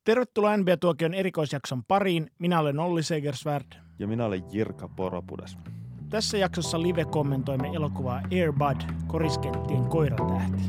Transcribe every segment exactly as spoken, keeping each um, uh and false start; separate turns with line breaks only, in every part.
Tervetuloa N B A-tuokion erikoisjakson pariin. Minä olen Olli Segersvärd.
Ja minä olen Jirka Poropudas.
Tässä jaksossa live kommentoimme elokuvaa Air Bud, Koriskenttien koiratähti.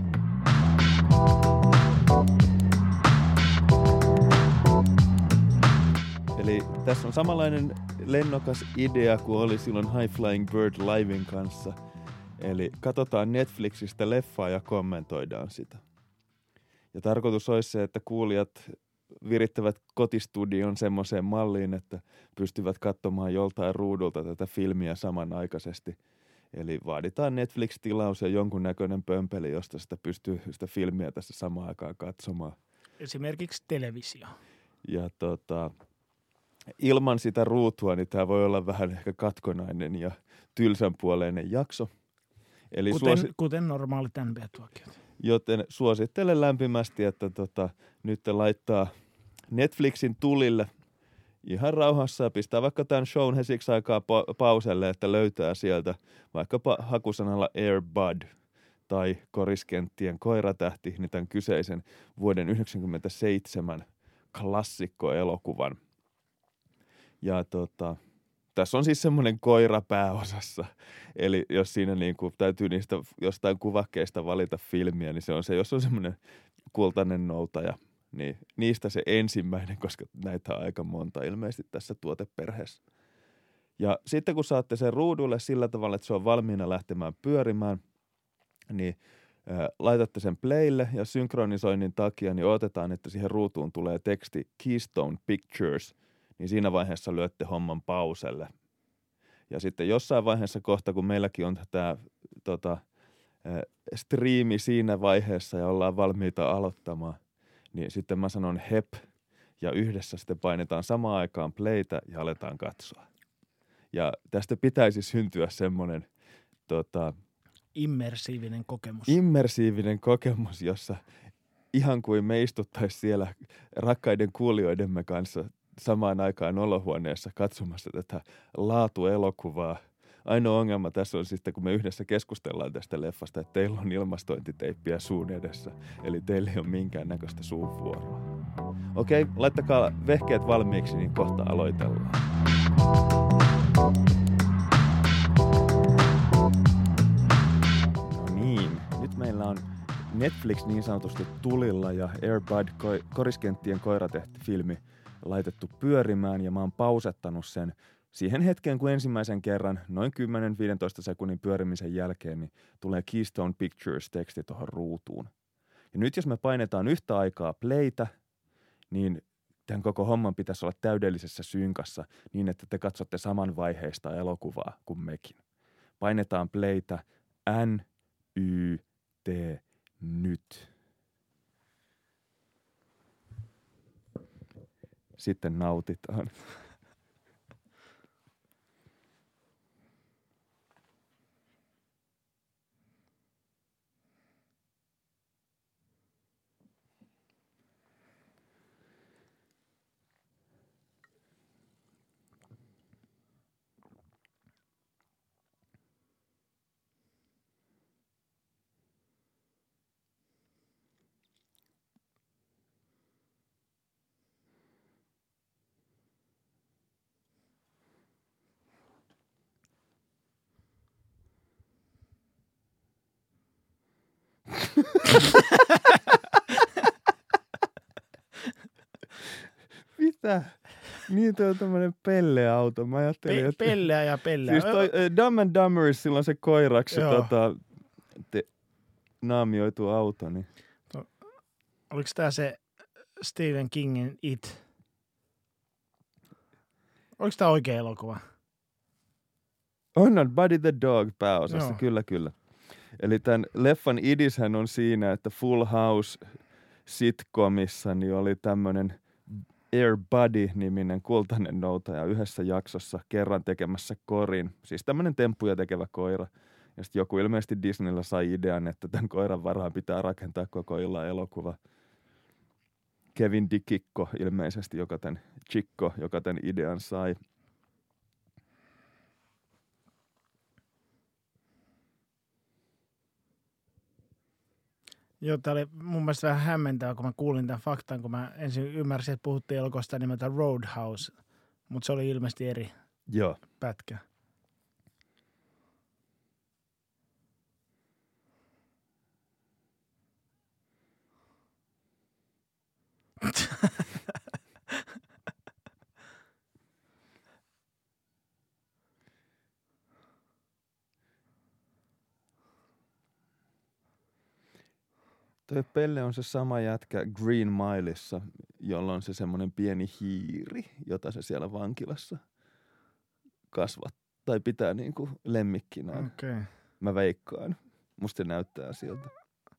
Eli tässä on samanlainen lennokas idea kuin oli silloin High Flying Bird Liven kanssa. Eli katsotaan Netflixistä leffaa ja kommentoidaan sitä. Ja tarkoitus olisi se, että kuulijat virittävät kotistudion semmoiseen malliin, että pystyvät katsomaan joltain ruudulta tätä filmiä samanaikaisesti. Eli vaaditaan Netflix-tilaus ja jonkunnäköinen pömpeli, josta sitä pystyy sitä filmiä tässä samaan aikaan katsomaan.
Esimerkiksi televisio.
Ja tota, ilman sitä ruutua, niin tämä voi olla vähän ehkä katkonainen ja tylsänpuoleinen jakso. Eli
kuten,
suosi-
kuten normaalit N B A-tuokiot.
Joten suosittelen lämpimästi, että tota, nyt laittaa Netflixin tulille ihan rauhassa ja pistää vaikka tämän shown hetkeksi aikaa pa- pauselle, että löytää sieltä vaikkapa hakusanalla Air Bud tai Koriskenttien koiratähti, niin tämän kyseisen vuoden yhdeksänkymmentäseitsemän klassikkoelokuvan. Ja tota, tässä on siis semmoinen koira pääosassa, eli jos siinä niin kuin täytyy niistä jostain kuvakkeista valita filmiä, niin se on se, jos on semmoinen kultainen noutaja, niin niistä se ensimmäinen, koska näitä on aika monta ilmeisesti tässä tuoteperheessä. Ja sitten kun saatte sen ruudulle sillä tavalla, että se on valmiina lähtemään pyörimään, niin ää, laitatte sen playlle ja synkronisoinnin takia niin odotetaan, että siihen ruutuun tulee teksti Keystone Pictures, niin siinä vaiheessa lyötte homman pauselle. Ja sitten jossain vaiheessa kohta, kun meilläkin on tämä tota, striimi siinä vaiheessa ja ollaan valmiita aloittamaan, niin sitten mä sanon hep ja yhdessä sitten painetaan samaan aikaan playtä ja aletaan katsoa. Ja tästä pitäisi syntyä semmoinen tota,
immersiivinen kokemus.
immersiivinen kokemus, jossa ihan kuin me istuttaisiin siellä rakkaiden kuulijoidemme kanssa samaan aikaan olohuoneessa katsomassa tätä laatuelokuvaa. Ainoa ongelma tässä on siis, kun me yhdessä keskustellaan tästä leffasta, että teillä on ilmastointiteippiä suun edessä. Eli teillä ei ole minkäännäköistä suunvuoroa. Okei, laittakaa vehkeet valmiiksi, niin kohta aloitellaan. No niin, nyt meillä on Netflix niin sanotusti tulilla ja Air Bud Koriskenttien koiratähti-filmi laitettu pyörimään ja mä oon pausettanut sen siihen hetkeen, kun ensimmäisen kerran noin kymmenen viisitoista sekunnin pyörimisen jälkeen niin tulee Keystone Pictures-teksti tuohon ruutuun. Ja nyt jos me painetaan yhtä aikaa playtä, niin tämän koko homman pitäisi olla täydellisessä synkassa niin, että te katsotte samanvaiheista elokuvaa kuin mekin. Painetaan playtä N, Y, T, nyt. Sitten nautitaan. Mitä? Niin toi on tämmönen pelleauto. Mä ajattelin,
Pe-
että...
pelleä ja pelleä.
Siis toi uh, Dumb and Dumberissa silloin se koiraksi tota, te, naamioitu auto. Niin.
No, oliko tää se Stephen Kingin It? Oliko tää oikea elokuva?
On, on Buddy the Dog pääosassa,
Joo.
kyllä, kyllä. Eli tämän leffan idishän on siinä, että Full House sitcomissa niin oli tämmönen Air Buddy-niminen kultainen noutaja yhdessä jaksossa kerran tekemässä korin. Siis tämmönen temppuja tekevä koira. Ja sitten joku ilmeisesti Disneyllä sai idean, että tämän koiran varaan pitää rakentaa koko illan elokuva. Kevin DiCicco ilmeisesti, joka tämän, Chico, joka tämän idean sai.
Joo, tää oli mun mielestä vähän hämmentävää, kun mä kuulin tämän faktan, kun mä ensin ymmärsin, että puhuttiin elokuvasta nimeltä Roadhouse, mutta se oli ilmeisesti eri
Joo.
pätkä.
Toi Pelle on se sama jätkä Green Mileissa, jolla on se semmoinen pieni hiiri, jota se siellä vankilassa kasvat tai pitää niinku lemmikkinään.
Okei. Okay.
Mä veikkaan. Musta se näyttää siltä.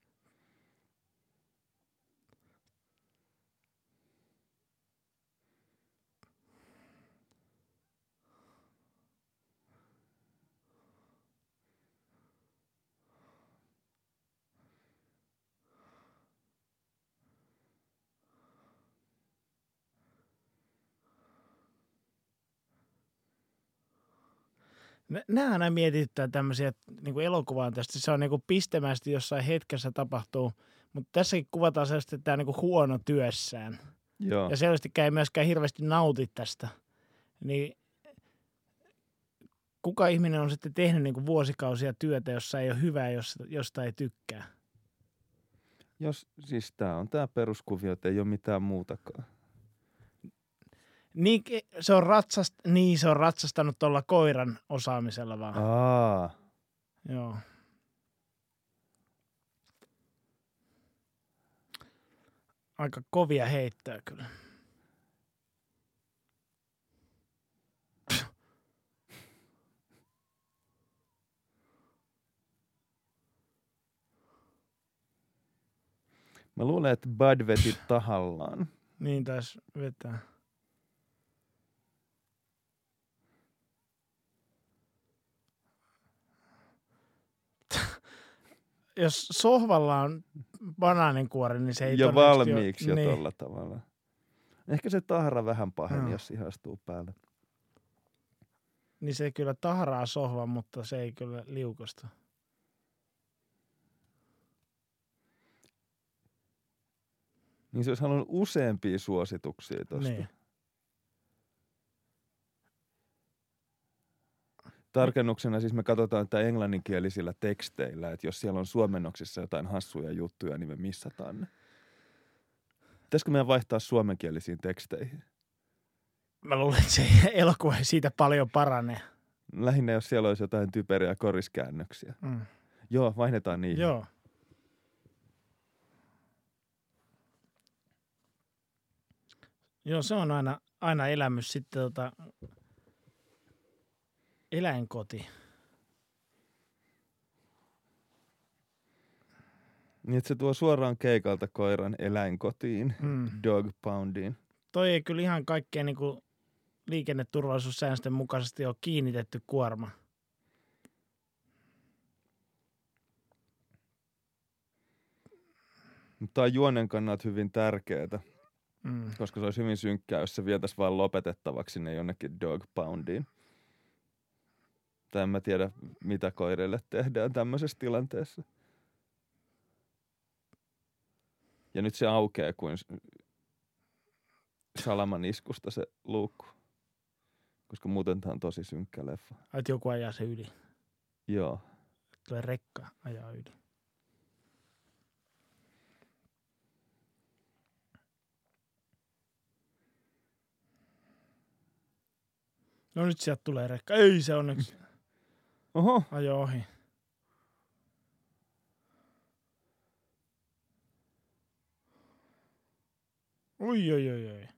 Nämä aina mietittää tämmöisiä niin elokuvaan tästä. Se on niin kuin pistemästi jossain hetkessä tapahtuu, mutta tässäkin kuvataan sellaista, että tämä on niin kuin huono työssään.
Joo.
Ja selvästikään ei myöskään hirveästi nauti tästä. Niin kuka ihminen on sitten tehnyt niin kuin vuosikausia työtä, jossa ei ole hyvää, josta ei tykkää?
Jos, siis tää on tää peruskuvio, että ei ole mitään muutakaan.
Niin se on, ratsast, niin, se on ratsastanut tuolla koiran osaamisella vaan.
Aa.
Joo. Aika kovia heittää kyllä.
Mä luulen, että Bud veti tahallaan.
Niin taisi vetää. Jos sohvalla on banaaninkuori, niin se ei
jo valmiiksi
ole,
jo
niin.
tolla tavalla. Ehkä se tahra vähän paheni,
no.
jos ihastuu päälle.
Niin se kyllä tahraa sohvan, mutta se ei kyllä liukosta.
Niin se olisi halunnut useampia suosituksia tosta.
Niin.
Tarkennuksena siis me katsotaan tätä englanninkielisillä teksteillä, että jos siellä on suomennoksissa jotain hassuja juttuja, niin me missataan ne. Pitäisikö meidän vaihtaa suomenkielisiin teksteihin?
Mä luulen, että se elokuva ei siitä paljon parane.
Lähinnä jos siellä olisi jotain typeriä koriskäännöksiä.
Mm.
Joo, vaihdetaan niihin.
Joo. Joo, se on aina, aina elämys sitten tota, eläinkoti.
Niin, että se tuo suoraan keikalta koiran eläinkotiin,
Mm.
dog poundiin.
Toi ei kyllä ihan kaikkeen niinku liikenneturvallisuussäännösten mukaisesti ole kiinnitetty kuorma.
Mutta tämä on juonen kannalta hyvin tärkeää,
Mm.
koska se olisi hyvin synkkää, jos se vietäisi vaan lopetettavaksi sinne jonnekin dog poundiin. Tai en mä tiedä, mitä koirille tehdään tämmöisessä tilanteessa. Ja nyt se aukeaa kuin salaman iskusta se luukku. Koska muuten tämä on tosi synkkä leffa.
Että joku ajaa se yli.
Joo.
Tulee rekka ajaa yli. No nyt sieltä tulee rekka. Ei se onneksi.
Oho.
Ajo ohi. Oi, oi, oi, oi.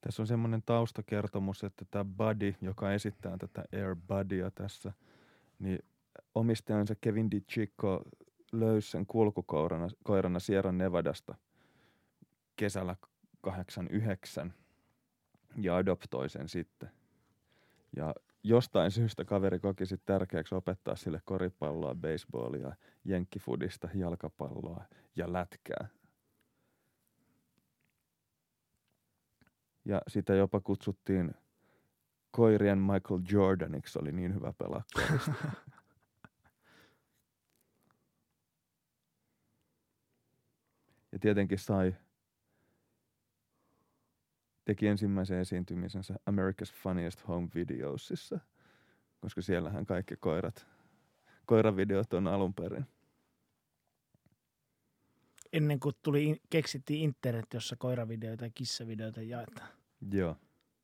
Tässä on semmoinen taustakertomus, että tämä Buddy, joka esittää tätä Air Buddya tässä, niin omistajansa Kevin DiCicco löysi sen kulkukoirana koirana Sierra Nevadasta kesällä kahdeksankymmentäyhdeksän ja adoptoi sen sitten. Ja jostain syystä kaveri koki sitten tärkeäksi opettaa sille koripalloa, baseballia, jenkkifudista, jalkapalloa ja lätkää. Ja sitä jopa kutsuttiin koirien Michael Jordaniksi, oli niin hyvä pelaa korista. Ja tietenkin sai, teki ensimmäisen esiintymisensä America's Funniest Home Videosissa, koska siellähän kaikki koirat, koiravideot on alun perin.
Ennen kuin tuli, keksittiin internet, jossa koiravideoita ja kissavideoita jaetaan.
Joo.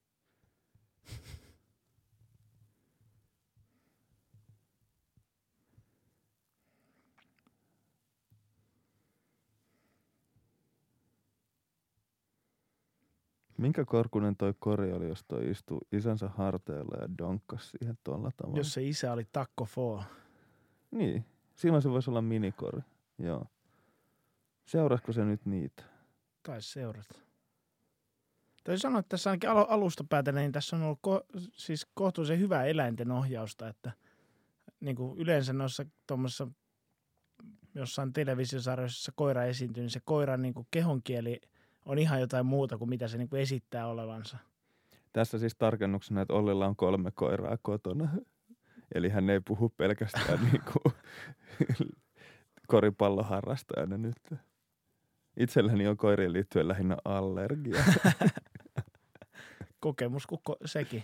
Minkä korkunen toi kori oli, jos toi istui isänsä harteilla ja donkkas siihen tuolla tavalla?
Jos se isä oli Taco Fall.
Niin, silloin se voisi olla minikori, joo. Seurasiko se nyt niitä?
Taisi seurata. Täytyy sanoa, että tässä ainakin alusta päätellen, niin tässä on ollut ko- siis kohtuullisen hyvää eläinten ohjausta, että niin kuin yleensä noissa tuommoisessa jossain televisiosarjoissa koira esiintyy, niin se koiran niin kuin kehonkieli on ihan jotain muuta kuin mitä se niin kuin esittää olevansa.
Tässä siis tarkennuksena, että Ollilla on kolme koiraa kotona. Eli hän ei puhu pelkästään niin kuin koripalloharrastajana nyt. Itselläni on koirien liittyen lähinnä allergia.
Kokemus kuin ko- sekin.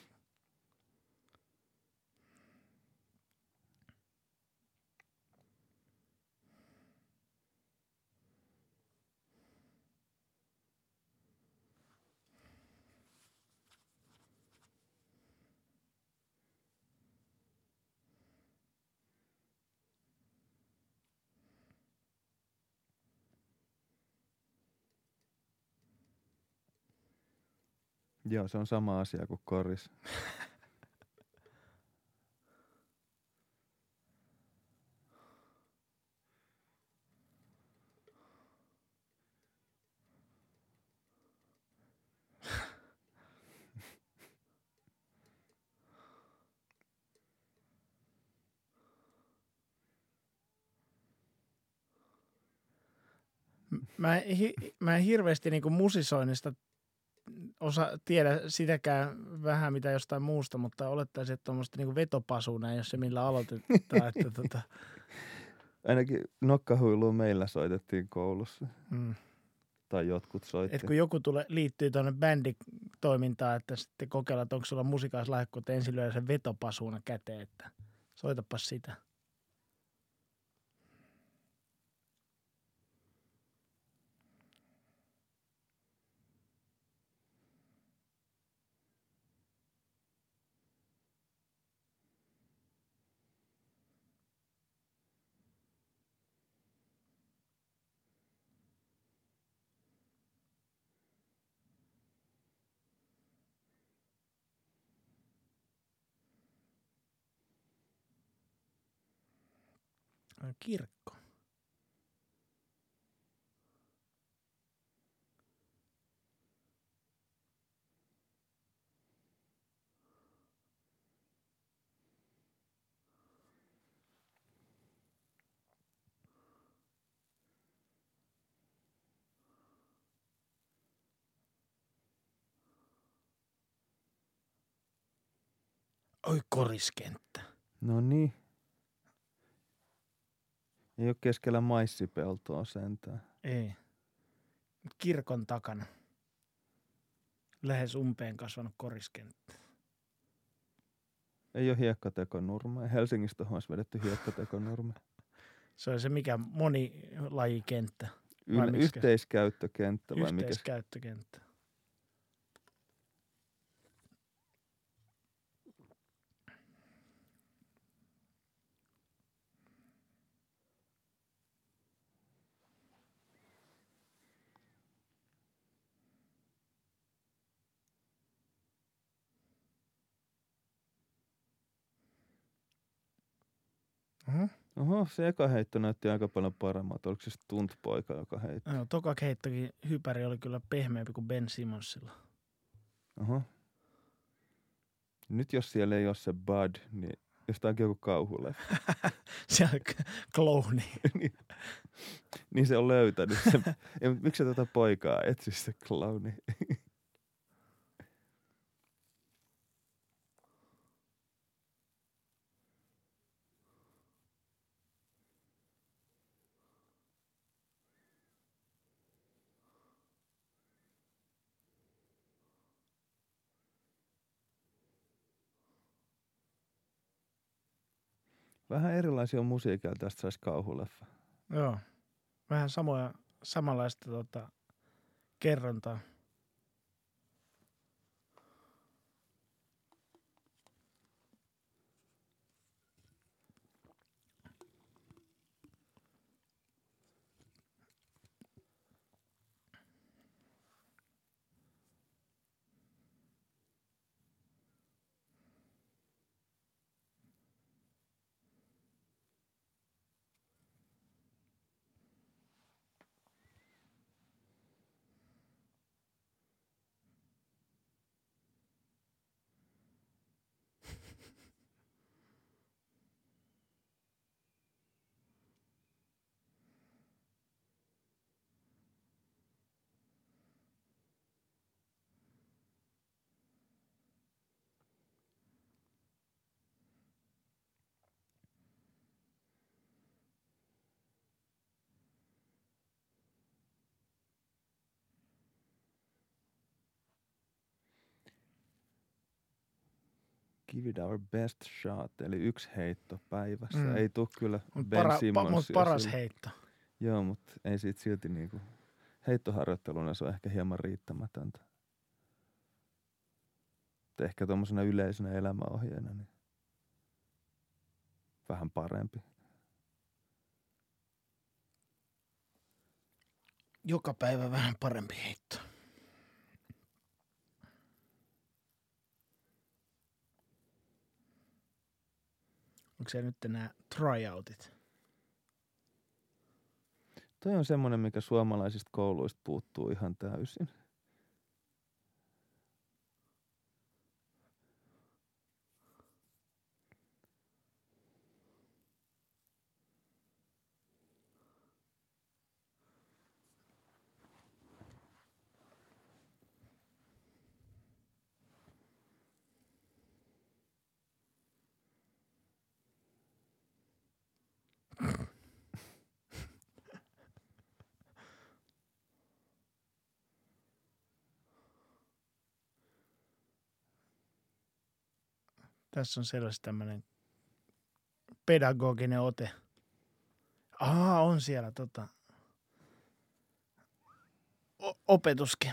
Joo, se on sama asia kuin koris.
Mä, en hi, mä en hirveästi niin kuin musisoinnista osa tiedä sitäkään vähän mitä jostain muusta, mutta olettaisin, että tuommoista niin kuin vetopasuna ei ole se, millä aloitetaan. että tota.
Ainakin nokkahuilua meillä soitettiin koulussa.
Mm.
Tai jotkut soitti.
Et kun joku tule, liittyy tuonne bänditoimintaan, että sitten kokeillaan, että onko sulla musikaislahjakko, että ensin lyödään sen vetopasuna käteen, että soitapas sitä. Kirkko. Oi koriskenttä.
No niin. Ei ole keskellä maissipeltoa sentään.
Ei. Kirkon takana. Lähes umpeen kasvanut koriskenttä.
Ei ole hiekkatekonurmea. Helsingistä olisi vedetty hiekkatekonurmea.
Se on se mikä monilajikenttä.
Yl- yhteiskäyttökenttä vai mikä?
Yhteiskäyttökenttä. Uh-huh.
Oho, se eka heitto näytti aika paljon paremmalta. Oliko se stunt-poika, joka heitti?
Joo, toka heittokin hypäri oli kyllä pehmeämpi kuin Ben Simmonsilla.
Oho. Nyt jos siellä ei ole se Bud, niin jostakin joku kauhuleffa.
Se on klooni.
niin, niin se on löytänyt. Se, ei, mutta miksi se tätä poikaa etsi se klooni? Vähän erilaisia on musiikkia, tästä saisi kauhuleffa.
Joo. Vähän samoja, samanlaista tota, kerrontaa.
Give it our best shot, eli yksi heitto päivässä.
Mm.
Ei tule kyllä
Mut
Ben
para,
Simmonsia.
pa, mut paras
sille.
heitto.
Joo, mutta ei siitä silti niinku, heittoharjoitteluna se on ehkä hieman riittämätöntä. Mutta ehkä tuommoisena yleisenä elämäohjeena niin vähän parempi.
Joka päivä vähän parempi heitto. Onko se nyt nämä tryoutit?
Toi on semmoinen, mikä suomalaisista kouluista puuttuu ihan täysin.
Tässä on selvästi tämmöinen pedagoginen ote. Aa, on siellä tota o- opetuskin.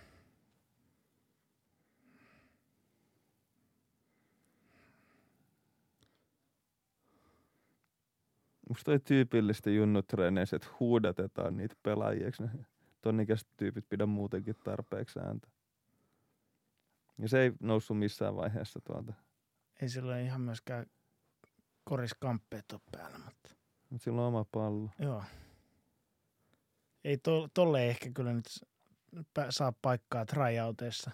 Musta toi tyypillistä junnutreeneissä, että huudatetaan niitä pelaajia, eikö ne tonnikäiset tyypit pidä muutenkin tarpeeksi ääntä. Ja se ei noussut missään vaiheessa tuolta.
Ei sillä ihan myöskään koriskamppeet ole päällä, mutta
Mutta sillä on oma pallo.
joo. Ei to, tolle ehkä kyllä nyt pä- saa paikkaa tryouteissa.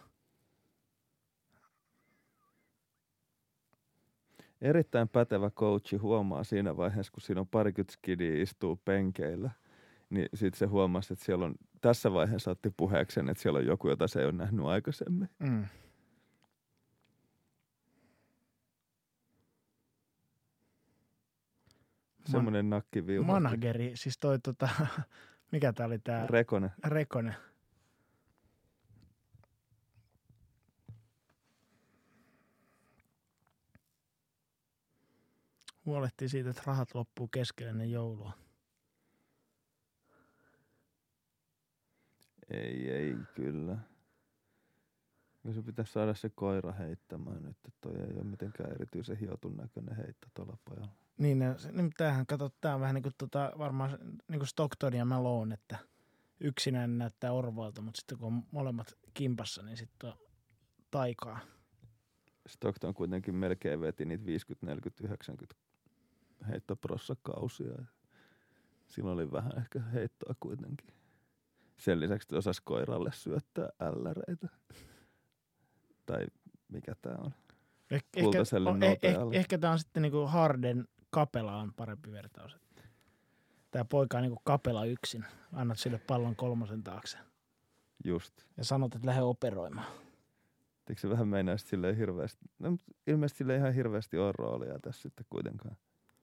Erittäin pätevä coachi huomaa siinä vaiheessa, kun siinä on parikymmentä skidiä istuu penkeillä. Niin sit se huomasi, että siellä on, tässä vaiheessa otti puheekseen, että siellä on joku, jota se ei ole nähnyt aikaisemmin.
Mm.
Semmoinen nakkiviuhu.
Manageri, siis toi tota, mikä tää oli tää?
Rekonen.
Rekonen. Huolehtii siitä, että rahat loppuu kesken ennen joulua.
Ei, ei, kyllä. Ja se pitäisi saada se koira heittämään nyt, että toi ei ole mitenkään erityisen hiotun näköinen heitto tuolla pojalla.
Niin, niin tämähän, kato, tää on vähän niin kuin tota, varmaan niin kuin Stockton ja Malone, että yksinään näyttää orvoilta, mutta sitten kun on molemmat kimpassa, niin sitten on taikaa.
Stockton kuitenkin melkein veti niitä viisikymmentä, neljäkymmentä, yhdeksänkymmentä heittoprossakausia. Silloin oli vähän ehkä heittoa kuitenkin. Sen lisäksi että osasi koiralle syöttää älläreitä. Tai mikä tää on?
Eh,
Kultaiselle
ehkä, eh, eh,
noutajalle.
ehkä tää on sitten niinku Harden Capela on parempi vertaus. Tää poika on niinku Capela yksin. Annat sille pallon kolmosen taakse.
Just.
Ja sanot, että lähde operoimaan.
Eikö se vähän meinaa silleen hirveästi? No, ilmeisesti sille ihan hirveästi on roolia tässä sitten kuitenkaan.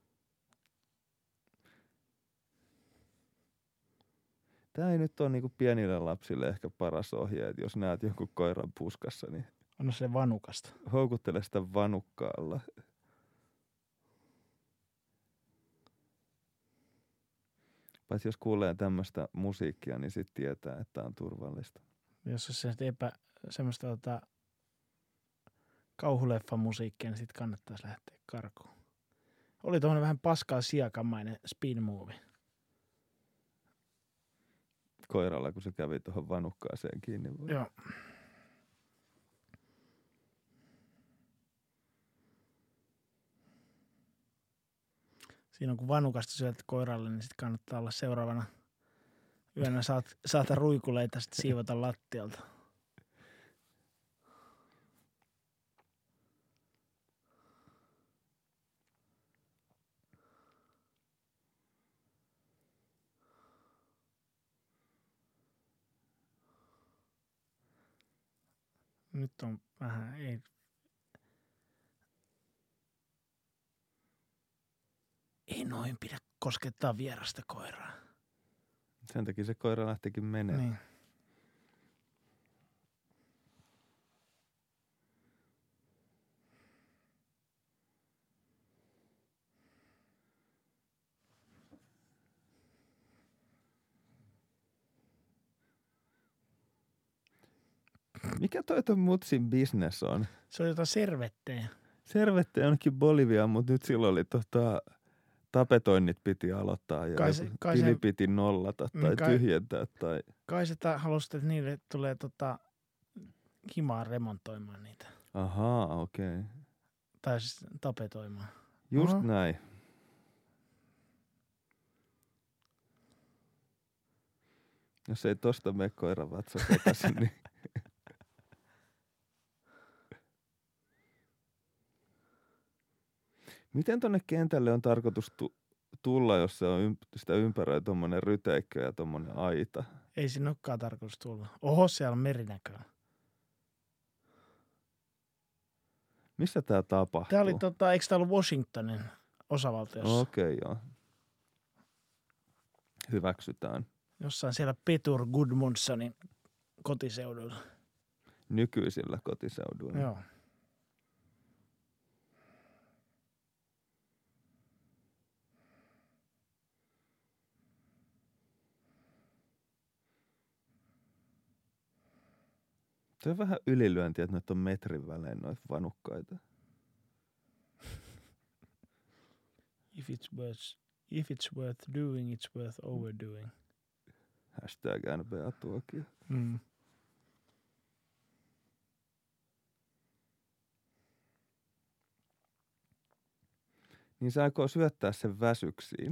Tää ei nyt ole niinku pienille lapsille ehkä paras ohje, että jos näet jonkun koiran puskassa, niin
Anna sille vanukasta.
houkuttele sitä vanukkaalla. Paitsi jos kuulee tämmöistä musiikkia, niin sitten tietää, että on turvallista.
Jos se epä semmoista tota, kauhuleffan musiikkia, niin sitten kannattaisi lähteä karkuun. Oli tuollainen vähän paskaa siakamainen spin movie.
Koiralla, kun se kävi tuohon vanukkaaseen kiinni. Vai?
Joo. Siinä on kun vanukasta syöt koiralle, niin sitten kannattaa olla seuraavana yönä saat, saata ruikuleita sitten siivota lattialta. Nyt on vähän, ei, ei noin pidä koskettaa vierasta koiraa.
Sen takia se koira lähtikin menemään.
Niin.
Mikä toi ton mutsin business on?
Se on jotain servettejä.
Servette jonnekin Boliviaan, mutta nyt silloin oli tota, tapetoinnit piti aloittaa ja
Kai se- kai
tili
se-
piti nollata tai
Mm, kai-
tyhjentää. Tai...
Kai sitä halusit, että niille tulee tota himaa remontoimaan niitä.
Ahaa, okei. Okay.
Tai siis tapetoimaan.
Just
Aha.
näin. Jos ei tosta mene koiran vatsa sekaisin, niin... Miten tonne kentälle on tarkoitus tu- tulla, jos se on ymp- sitä ympäröi tommonen ryteikkö ja tommonen aita?
Ei siinä olekaan tarkoitus tulla. Oho, siellä on merinäköä.
Missä tää tapahtuu?
Tää oli tota, eikö tää ollut Washingtonin osavaltiossa?
Okei, okay, joo. Hyväksytään.
Jossain siellä Petur Gudmundssonin kotiseudulla.
Nykyisillä kotiseuduilla.
Joo.
Se on vähän ylilyöntiä, että noita on metrin välein noita vanukkaita.
If it's worth, if it's worth doing, it's worth overdoing.
Hashtag N B A-tuokio.
Mm.
Niin se aikoo syöttää sen väsyksiin.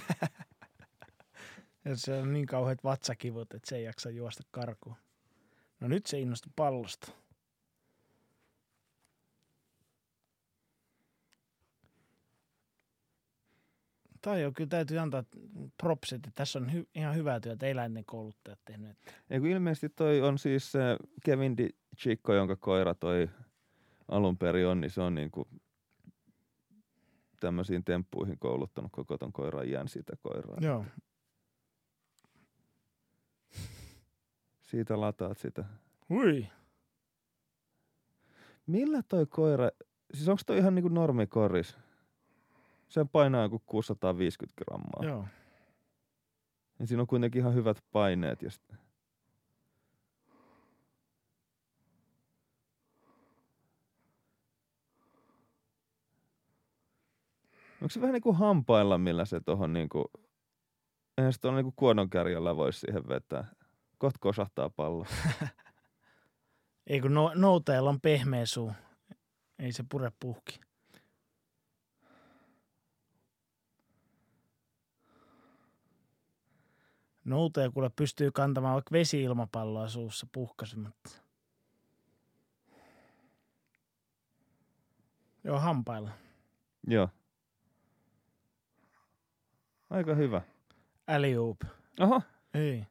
Ja se on niin kauheat vatsakivut, että se ei jaksa juosta karkuun. No nyt se innostui pallosta. Tai jo, kyllä täytyy antaa propsit, että tässä on hy- ihan hyvää työtä eläinten kouluttajat tehnyt.
Ja kun ilmeisesti toi on siis se Kevin Di Chicco, jonka koira toi alun perin on, niin se on niinku tämmöisiin temppuihin kouluttanut koko ton koiran iän sitä koiraa.
Joo.
Siitä lataat sitä.
Hui.
Millä toi koira, siis onko toi ihan niinku normikoris? Se painaa joku kuusisataaviisikymmentä grammaa.
Joo.
Ja siinä on kuitenkin ihan hyvät paineet. Ja sit... Onko se vähän niin kuin hampailla, millä se tohon niinku... Eihän se tuolla niinku kuononkärjellä voisi siihen vetää. Kohta kosahtaa pallo.
Ei kun no, noutajalla on pehmeä suu. Ei se pure puhki. Noutaja kuule pystyy kantamaan vaikka vesi-ilmapalloa suussa puhkaisematta. Joo, hampailla.
Joo. Aika hyvä.
Alley-oop.
Oho.
Ei.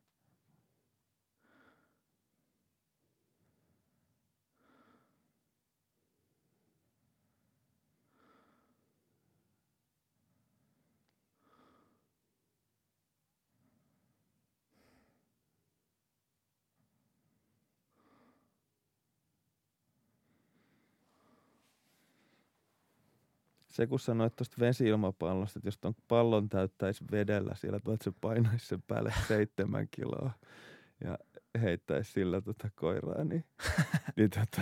Se kun sanoit tuosta vesi-ilmapallosta, että jos ton pallon täyttäisi vedellä siellä, että se painaisi sen päälle seitsemän kiloa ja heittäisi sillä tota koiraa, niin, niin tota,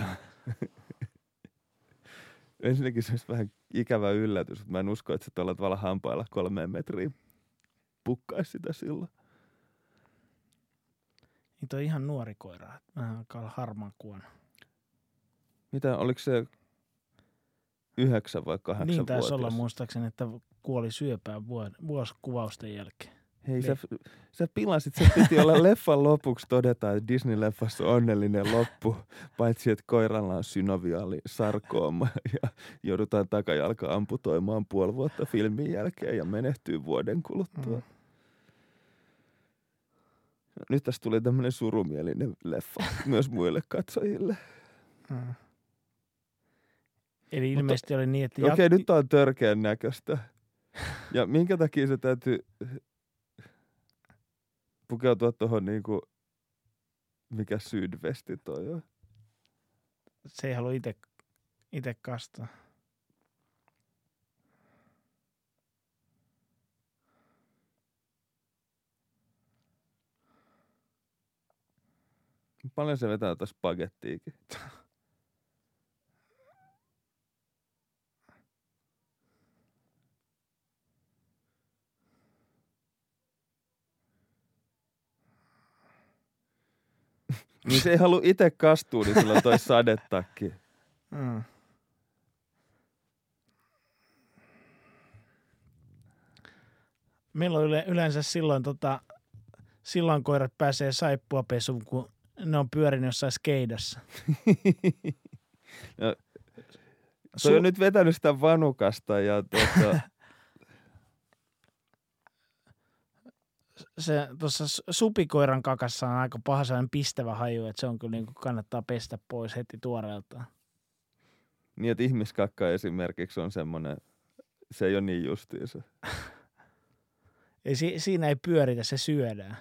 ensinnäkin se olisi vähän ikävä yllätys, mutta mä en usko, että se tuolla tavalla hampailla kolmeen metriin pukkaisi sitä silloin.
Niitä on ihan nuori koira. Vähän alkaa olla harmaa kuona.
Mitä, oliko se yhdeksän vai kahdeksan
Niin taisi
vuotias?
olla muistaakseni, että kuoli syöpään vuosi kuvausten jälkeen.
Hei, sä, sä pilasit, se piti olla leffan lopuksi todeta, että Disney-leffassa on onnellinen loppu, paitsi että koiralla on synoviaali sarkooma ja joudutaan takajalka amputoimaan puoli vuotta filmin jälkeen ja menehtyy vuoden kuluttua. Mm. Nyt tässä tuli tämmöinen surumielinen leffa myös muille katsojille.
Mm. Eli ilmeisesti Mutta, oli niin, että...
Okei, okay, jat... nyt on törkeän näköistä. Ja minkä takia se täytyy pukeutua tuohon niinku, mikä sydvesti toi on?
Se ei halua ite, ite kastaa.
Paljon se vetää tuossa spagettiikin. Niin se ei halua itse kastua, niin sillä on toi sadetakki. Mm.
Meillä on yle, yleensä silloin, tota, silloin koirat pääsee saippuapesuun, kun ne on pyörinyt jossain skeidassa.
No, se on Su- nyt vetänyt sitä vanukasta ja tuota...
se tuossa supikoiran kakassa on aika paha sellainen pistävä haju, että se on kyllä niin kuin kannattaa pestä pois heti tuoreeltaan.
Niin, että ihmiskakka esimerkiksi on semmoinen, se ei ole niin justiinsa.
Ei, si- siinä ei pyöritä, se syödään.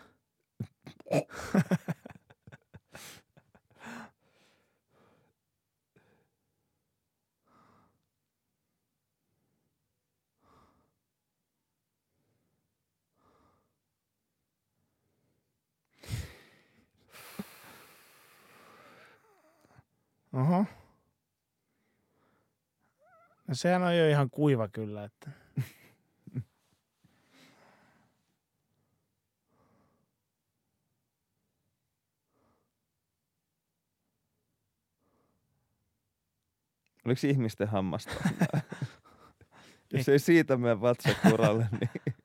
Oho. No sehän on jo ihan kuiva kyllä, että...
Oliko ihmisten hammasta? Jos ei siitä mene vatsakuralle, niin...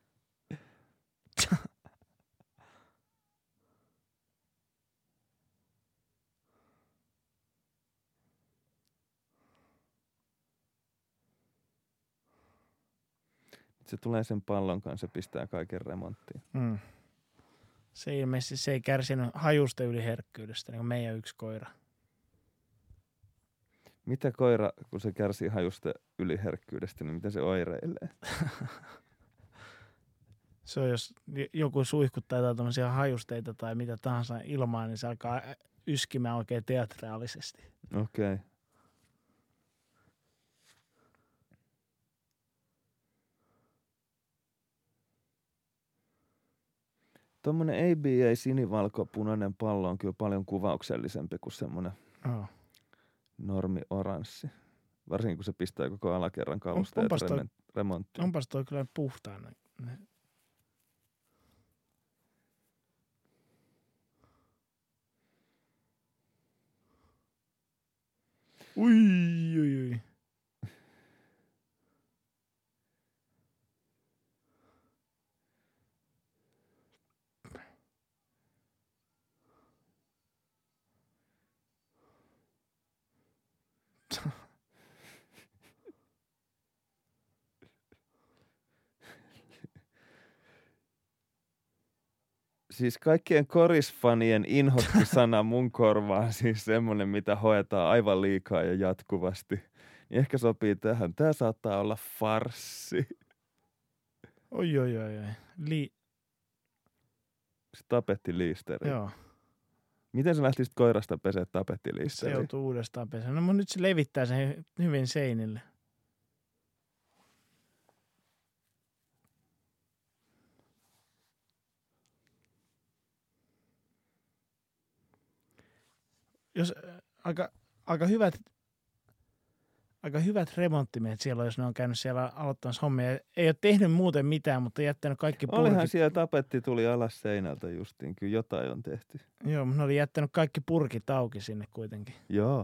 Se tulee sen pallon kanssa ja pistää kaiken remonttiin. Mm.
Se ilmeisesti se ei kärsinyt hajusta yliherkkyydestä, niin kuin meidän yksi koira.
Mitä koira, kun se kärsii hajusta yliherkkyydestä, niin mitä se oireilee?
Se on, jos joku suihkuttaa jotain tämmöisiä hajusteita tai mitä tahansa ilmaa, niin se alkaa yskimään oikein teatraalisesti.
Okei. Okay. Tuommoinen A B A sinivalko-punainen pallo on kyllä paljon kuvauksellisempi kuin semmoinen oh. normi oranssi. Varsinkin kun se pistää koko alakerran kalusteet on, toi, remonttiin.
Onpas toi kyllä puhtaana. Ui, ui, ui.
Siis kaikkien korisfanien inhokkisana mun korvaan, siis semmonen, mitä hoetaan aivan liikaa ja jatkuvasti. Niin ehkä sopii tähän. Tää saattaa olla farssi.
Oi, oi, oi, oi. Li-
Se tapettiliisteri.
Joo,
Miten sä lähtisit koirasta pesee
se
tapettiliisteriin?
joutuu uudestaan pesään. No, mutta nyt se levittää sen hyvin seinille. Jos äh, aika, aika hyvät aika hyvät remonttimiehet siellä, jos ne on käynyt siellä aloittamassa hommia. Ei ole tehnyt muuten mitään, mutta jättänyt kaikki purkit.
Olihan siellä tapetti tuli alas seinältä justiin. Kyllä jotain on tehty.
Joo, mutta ne oli jättänyt kaikki purkit auki sinne kuitenkin.
Joo.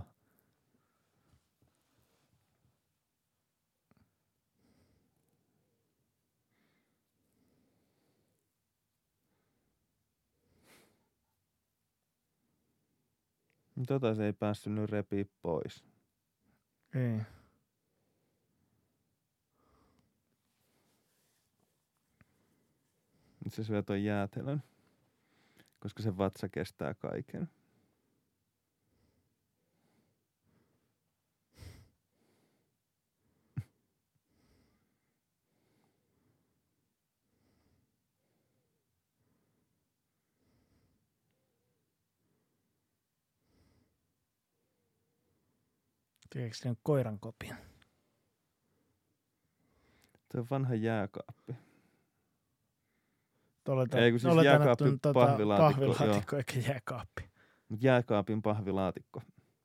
Tota se ei päässyt nyt repiä pois.
Ei.
Nyt se syö ton jäätelön, koska se vatsa kestää kaiken.
Tekeekö se nyt koiran kopin?
Tuo on vanha jääkaappi.
Oletan,
Ei kun siis
oletan,
jääkaappi,
että on tota
pahvilaatikko,
pahvilaatikko eikä jääkaappi.
Mut jääkaapin pahvilaatikko.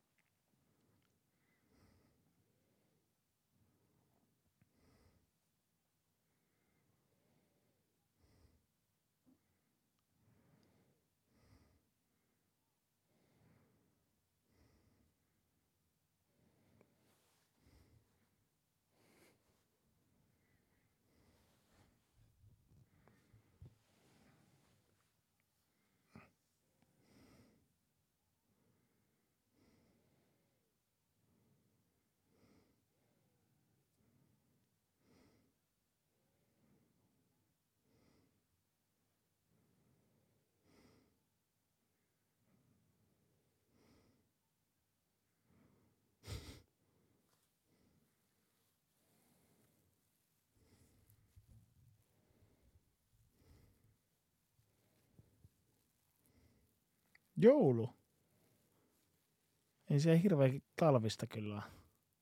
Joulu. Ei se hirveän talvista kyllä ole.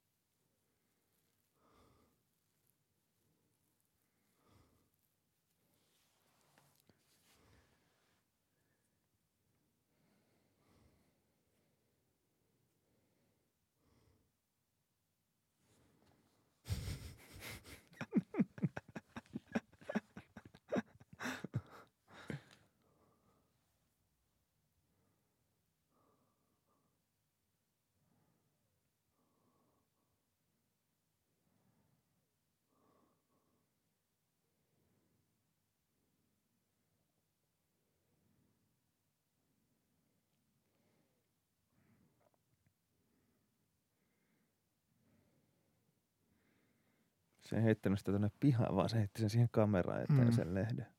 Se ei heittänyt sitä tuonne pihaan, vaan se heitti sen siihen kameraan eteen
Mm.
sen lehden.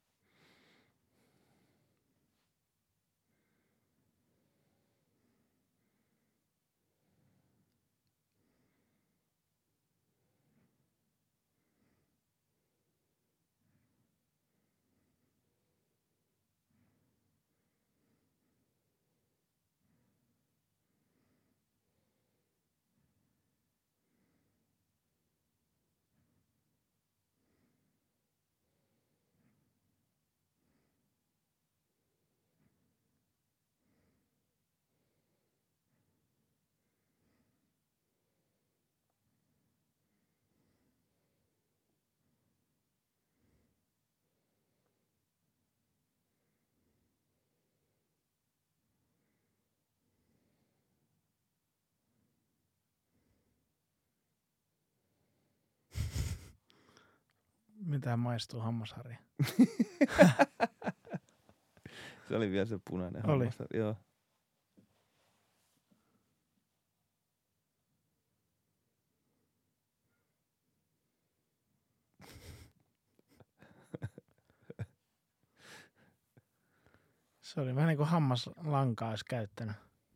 Mitä maistuu hammasharja?
Se oli vielä se punainen
Oli.
hammas. Joo.
Se oli vähän niin kuin hammaslankaa olisi käyttänyt.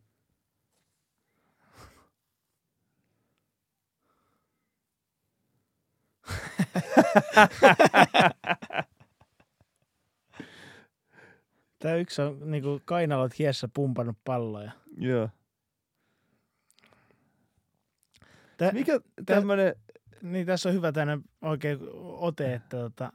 Tää yksi on niinku kainalot hiessä pumpannut palloja.
Joo.
Tä,
Mikä
tä,
tämmönen...
niin tässä on hyvä tämmöinen oikein ote, että tota,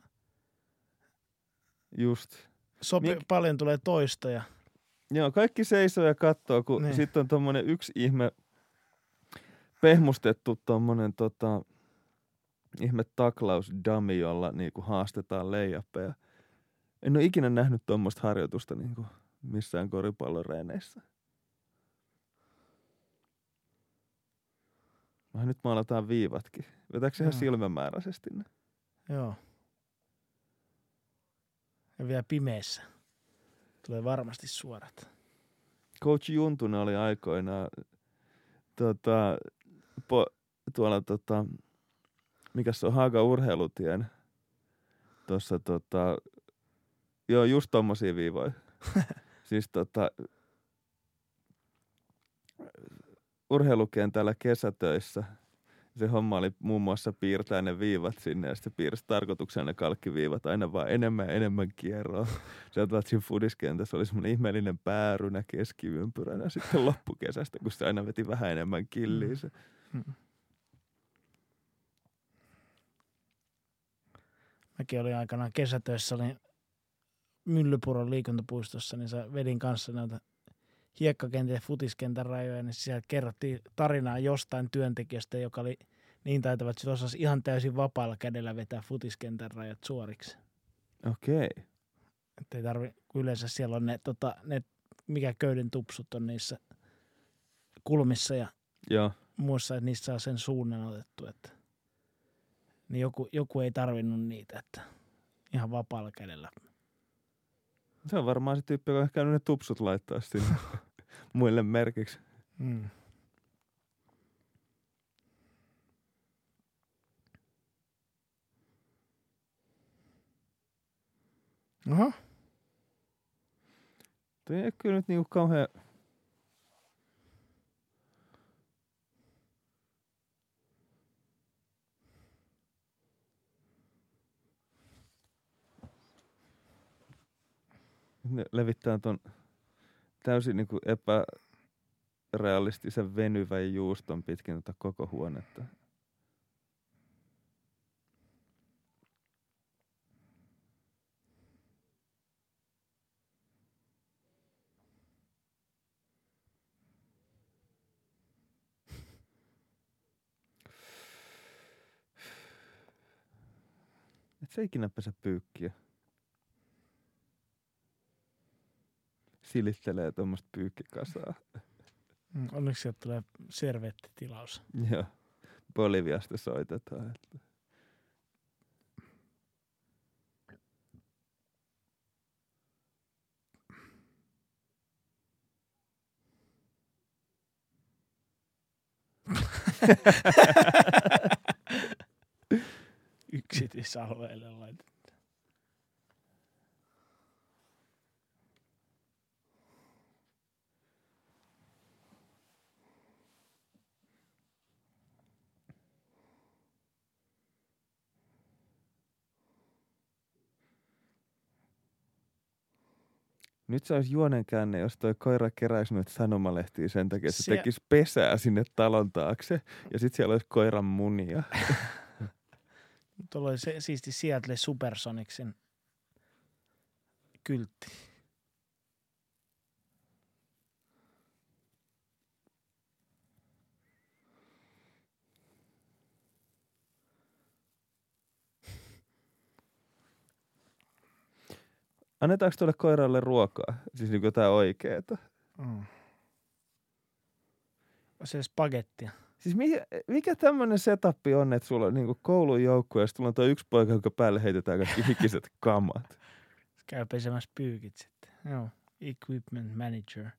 Just.
sopi,
Mik...
paljon tulee toistoja.
Joo, kaikki seisoo ja kattoo, kun
niin.
sitten on tommonen yksi ihme pehmustettu tommonen tota, ihme taklausdummy, jolla niinku haastetaan layuppeja. En ole ikinä nähnyt tommoista harjoitusta niinku missään koripalloreeneissä. Vähän nyt maalataan viivatkin. Vetääkö ihan silmämääräisesti ne?
Joo. Ja vielä pimeässä. Tulee varmasti suorat.
Coach Juntunen oli aikoinaan tota, po, tuolla tota, mikä se on, Haaga urheilutien tuossa tota, joo, just tommosia viivoja. Siis tota, urheilukentällä kesätöissä se homma oli muun muassa piirtää ne viivat sinne ja sitten se piirsi tarkoituksena ne kalkkiviivat aina vaan enemmän ja enemmän kierroa. Sieltä vaan siinä fudiskentässä oli semmoinen ihmeellinen päärynä keskiympyränä sitten loppukesästä, kun se aina veti vähän enemmän killiä se.
Mm. Mäkin olin aikanaan kesätöissä, olin Myllypuron liikuntapuistossa, niin sä vedin kanssa näitä hiekkakentän ja futiskentän rajoja, niin siellä kerrottiin tarinaa jostain työntekijästä, joka oli niin taitava, että se osasi ihan täysin vapaalla kädellä vetää futiskentän rajat suoriksi.
Okei. Okay.
Että ei tarvi, kun yleensä siellä on ne, tota, ne mikä köyden tupsut on niissä kulmissa ja
Joo.
muissa, että niistä saa sen suunnan otettu, että niin joku, joku ei tarvinnut niitä, että ihan vapaalla kädellä.
Se on varmaan se tyyppi, joka on käynyt ne tupsut laittaa sinne muille merkiksi.
Mm. Oho.
Tuo ei kyllä nyt niinku kauhean... Ne levittää ton täysin niinku epärealistisen venyvän juuston pitkin tota koko huonetta. Et sä ikinä pesä pyykkiä. Silittelee tuommoista pyykkikasaa.
Mm, onneksi sieltä tulee servettitilaus.
Joo. Boliviasta soitetaan. Että.
Yksityisalueelle laitettu.
Nyt se olisi juonenkäänne, jos toi koira keräisi noita sanomalehtiä sen takia, että se
Sie-
tekisi pesää sinne talon taakse. Ja sit siellä olisi koiran munia.
Tuolla oli se, siisti Seattle Supersonicsin kyltti.
Annetaanko tuolle koiralle ruokaa? Siis niin jotain oikeeta.
Mm. Se spagettia.
Siis mikä, mikä tämmönen setappi on, että sulla on niinku koulun joukkue ja sulla on tuo yksi poika, jonka päälle heitetään kaikki hikiset kamat.
Käy pesemässä pyykit sitten. Joo. Equipment manager.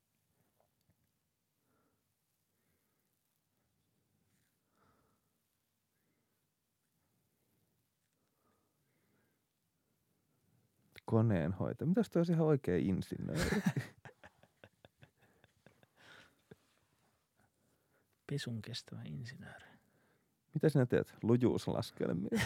koneenhoitaja. Mitäs toi olisi ihan oikea insinööri?
Pesun kestävä insinööri.
Mitä sinä teet? Lujuuslaskelmia.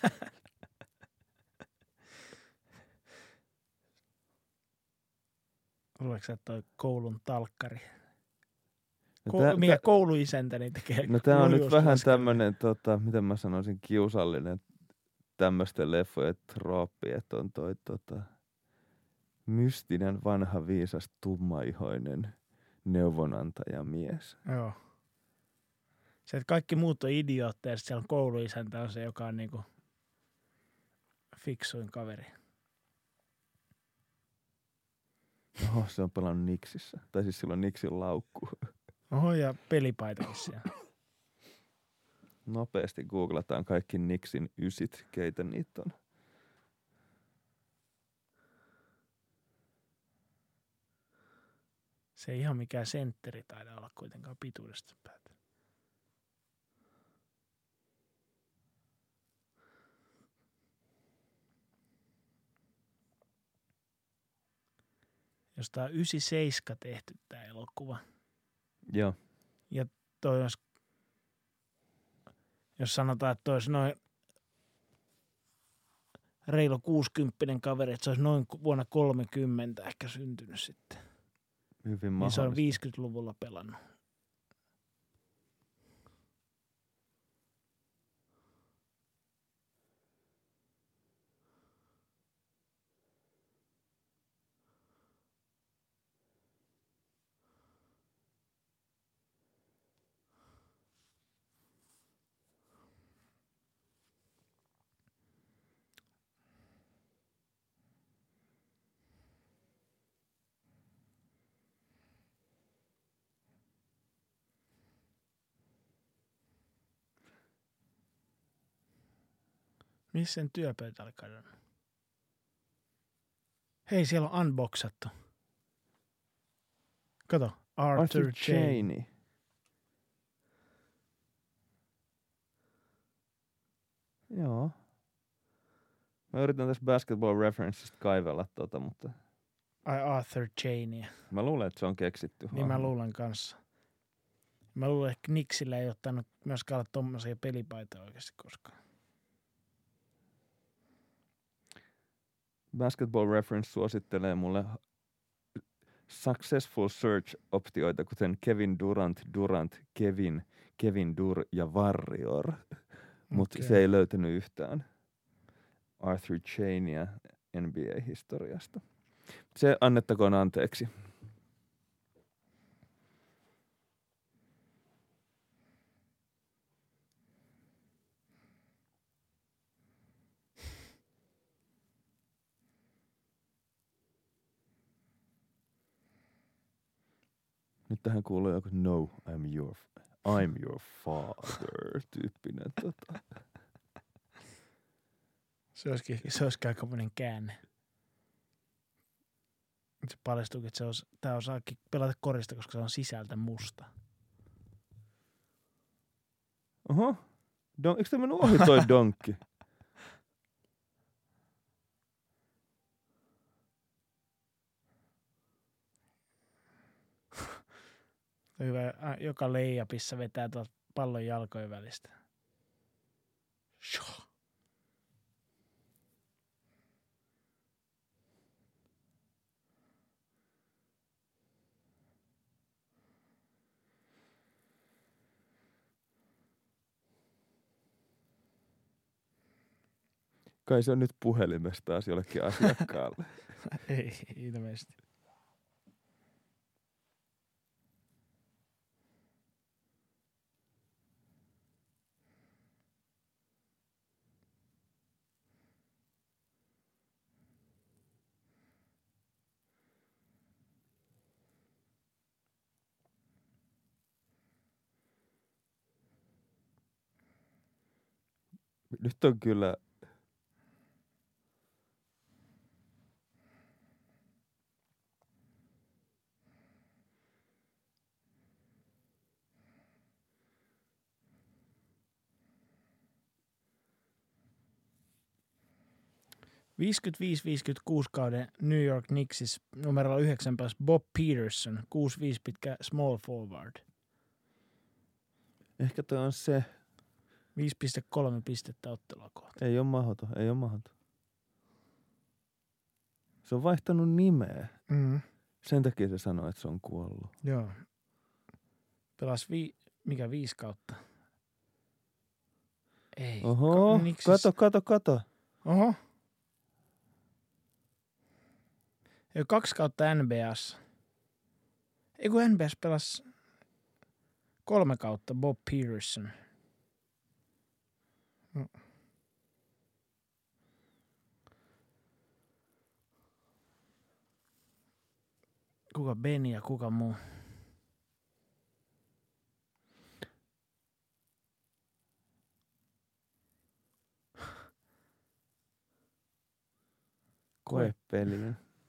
Luuletko sä, että toi koulun talkkari?
No
Ko-
tää-
mikä
tää-
kouluisäntäni tekee?
No tää on nyt vähän
lujuuslaskelmia?
tämmönen, tota, miten mä sanoisin, kiusallinen tämmöisten leffojen trooppi, että on toi tota, mystinen, vanha, viisas, tummaihoinen neuvonantajamies.
Joo. Se, että kaikki muut on idiootteja, ja sit siellä on kouluisäntä on se, joka on niinku fiksuin kaveri.
Oho, se on pelannut Nixissä. Tai siis silloin Nixin laukku.
Oho, ja pelipaitakin siellä.
Nopeasti googlataan kaikki Nixin ysit, keitä niitä on.
Se ei ihan mikään sentteri taida olla kuitenkaan pituudesta päätä. Jos tää on yhdeksänkymmentäseitsemän tehty tää elokuva.
Joo.
Ja toi olisi, jos sanotaan, että toi olisi noin reilu kuusikymppinen kaveri, että se olisi noin vuonna kolmekymmentä ehkä syntynyt sitten.
Hyvin
Niin
mahdollista.
se on viisikymmentäluvulla pelannut. Missä sen työpöytä oli kadonnut? Hei, siellä on unboxattu. Kato, Arthur,
Arthur
Chaney.
Chaney. Joo. Mä yritän tässä Basketball Referencesta kaivella tota, mutta
Ai Arthur Chaney.
mä luulen, että se on keksitty.
Niin mä
hahmo.
luulen kanssa. Mä luulen, että Knicksillä ei ottanut myöskään olla tommosia pelipaitoja oikeasti koskaan.
Basketball Reference suosittelee mulle successful search-optioita, kuten Kevin Durant, Durant, Kevin, Kevin Dur ja Warrior. Mutta
Okei.
se ei löytänyt yhtään Arthur Chaneyä N B A-historiasta. Se annettakoon anteeksi. Nyt tähän kuuluu joku no, I'm your, I'm your father tyyppinen. Tota.
Se olisikin, se olisikin aikamoinen käänne. Nyt se paljastuukin, että se os, tää osaakin pelata korista, koska se on sisältä musta.
Oho, Don, eikö tämä mennyt ohi toi donkki?
Hyvä, ä, joka leijapissa vetää tuolta pallon jalkojen välistä. Shoo.
Kai se on nyt puhelimesta taas jollekin asiakkaalle.
Ei ilmeisesti.
Nyt on kyllä...
viisikymmentäviisi viisikymmentäkuusi kauden New York Knicksis numerolla yhdeksän pääsi Bob Peterson, kuusi viisi pitkä small forward.
Ehkä toi on se.
viisi pilkku kolme pistettä ottelua kohta.
Ei ole mahdoton, ei ole mahdoton. Se on vaihtanut nimeä.
Mm.
Sen takia se sanoi, että se on kuollut.
Joo. Pelas vi- mikä viisi kautta? Ei.
Oho,
Knicksis...
kato, kato, kato.
Oho. Ei kaksi kautta N B A:ssa. Ei kun N B S pelasi kolme kautta Bob Peterson. No. Kuka Benny ja kuka muu?
Koepeliä.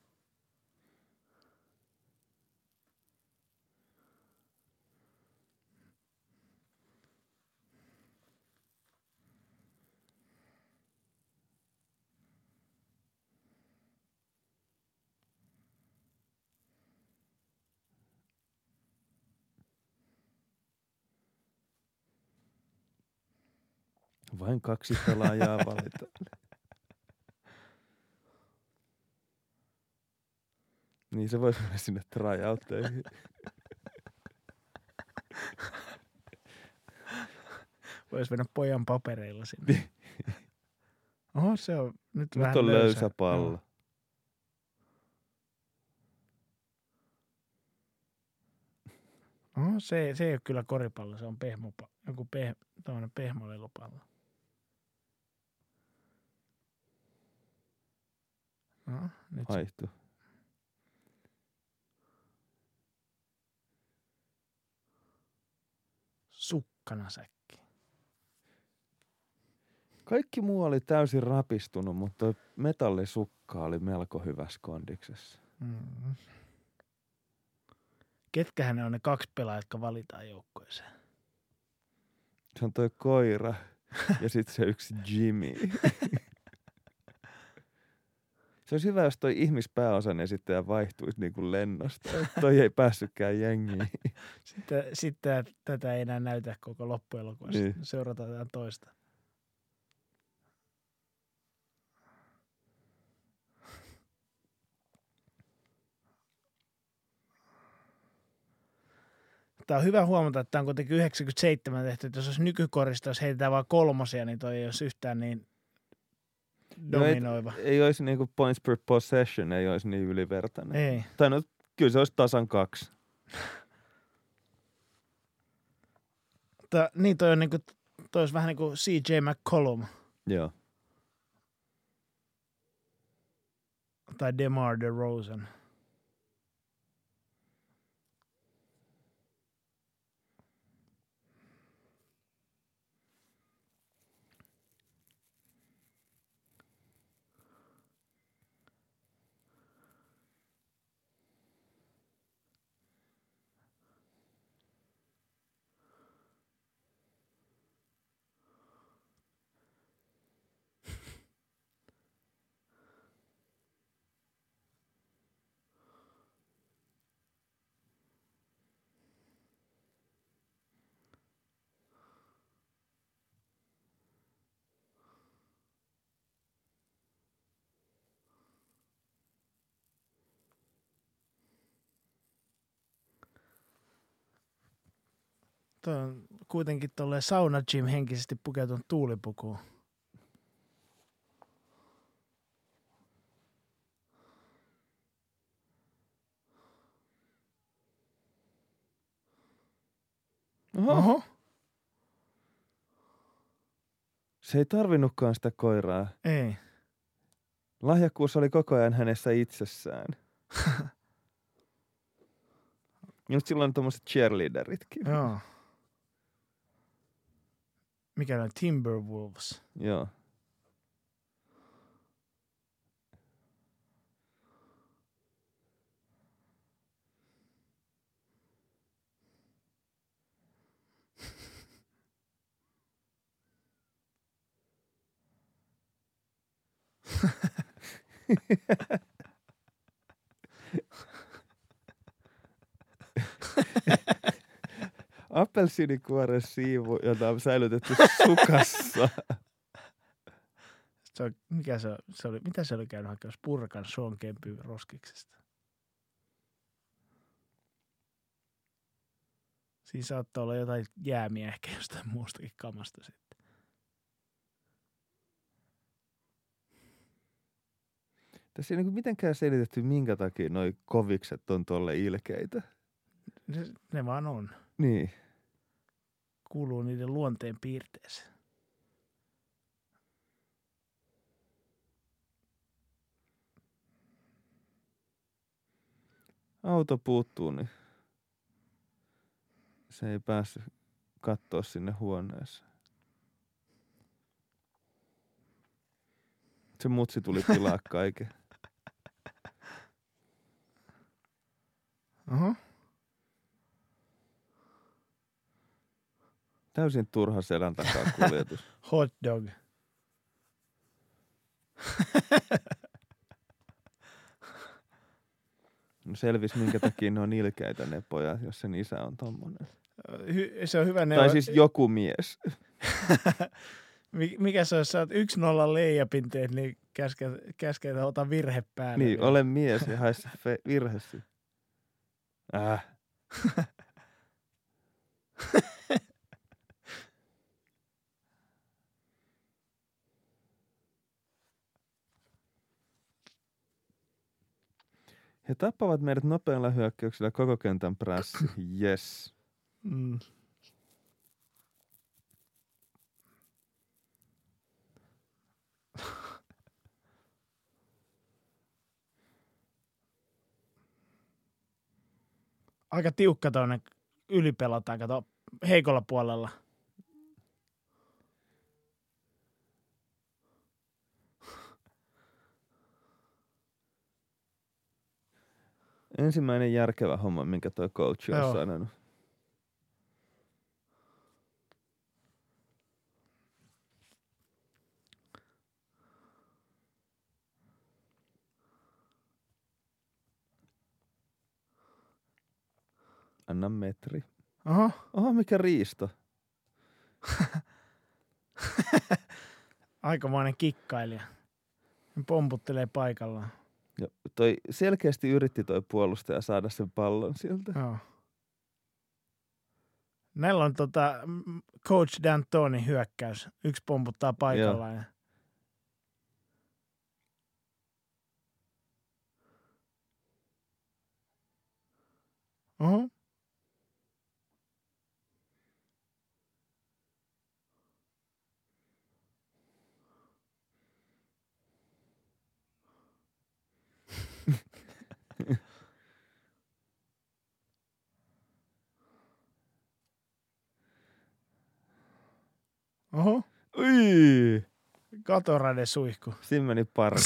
Vain kaksi pelaajaa valita. Niin se voisi mennä sinne tryouteihin.
Voisi mennä pojan papereilla sinne. Oho, se on nyt,
Nyt
vähän
on löysä,
löysä
pallo.
Oho. Oho, se, se ei ole kyllä koripallo, se on pehmo, joku peh, tämmöinen pehmolelupallo. No, nyt
Haihtu.
sukkana säkki.
Kaikki muu oli täysin rapistunut, mutta metallisukka oli melko hyvässä kondiksessa.
Mm. Ketkähän ne on ne kaksi pelaajaa, jotka valitaan joukkueeseen?
Se on toi koira ja sitten se yksi Jimmy. Se olisi hyvä, jos toi ihmispääosan esittäjä vaihtuisi niin kuin lennosta. Toi ei päässytkään jengiin.
Sitten, sitten tätä ei enää näytä koko loppuelokuvassa.
Niin.
Seurataan jotain toista. Tämä on hyvä huomata, että tämä on kuitenkin yhdeksänkymmentäseitsemän tehty. Että jos olisi nykykorista, jos heitetään vain kolmosia, niin toi ei olisi yhtään niin dominoiva.
No ei, ei olisi niinku points per possession, ei olisi niin ylivertainen.
Ei.
Tai no, kyllä se olisi tasan kaksi.
Mutta niin toi on niinku, toi olisi vähän niin kuin C J McCollum
Joo.
tai DeMar DeRozan. Toi on kuitenkin tolleen sauna gym henkisesti pukeutunut tuulipukuun.
Oho.
Oho.
Se ei tarvinnutkaan sitä koiraa.
Ei.
Lahjakkuus oli koko ajan hänessä itsessään. Just silloin tommoset cheerleaderitkin.
Joo. Mikä on Timberwolves?
Joo. Appelsiinikuoren siivu, jota on säilytetty sukassa.
Se on, mikä se, se oli, mitä se oli käynyt hakemassa Purkan Sean Kempin roskiksesta? Siinä saattaa olla jotain jäämiä ehkä jostain muustakin kamasta sitten.
Tässä ei niin mitenkään selitetty, minkä takia noi kovikset on tolle ilkeitä.
Ne, ne vaan on.
Niin.
Kuuluu niiden luonteen piirteeseen.
Auto puuttuu, niin se ei päässyt katsoa sinne huoneeseen. Se mutsi tuli pilaa kaiken.
Oho.
Täysin turha selän takaa kuljetus.
Hot dog.
No selvis, minkä takia ne on ilkeitä ne pojat, jos sen isä on tommonen.
Hy- se on hyvä neuvo.
Tai siis joku mies.
Mikä se on, jos sä oot yksi nolla leijapin teet, niin käskeet, käskeet ota virhe päälle.
Niin, ole mies ja hae se fe- virhe. Äh. He tappavat meidät nopealla hyökkäyksellä koko kentän prässi. Yes.
Mm. Aika tiukka toinen ylipelataan, kato heikolla puolella.
Ensimmäinen järkevä homma, minkä toi coach on
Joo.
sanonut. Anna metri.
Oho.
Oho, mikä riisto.
Aikamoinen kikkailija. Pomputtelee paikallaan.
Ja toi selkeästi yritti toi puolustaja saada sen pallon sieltä.
Joo. Näillä on tota Coach D'Antonin hyökkäys. Yksi pomputtaa paikallaan. Ja... Oho. Oho.
Ui!
Katorade suihku.
Siinä meni parke.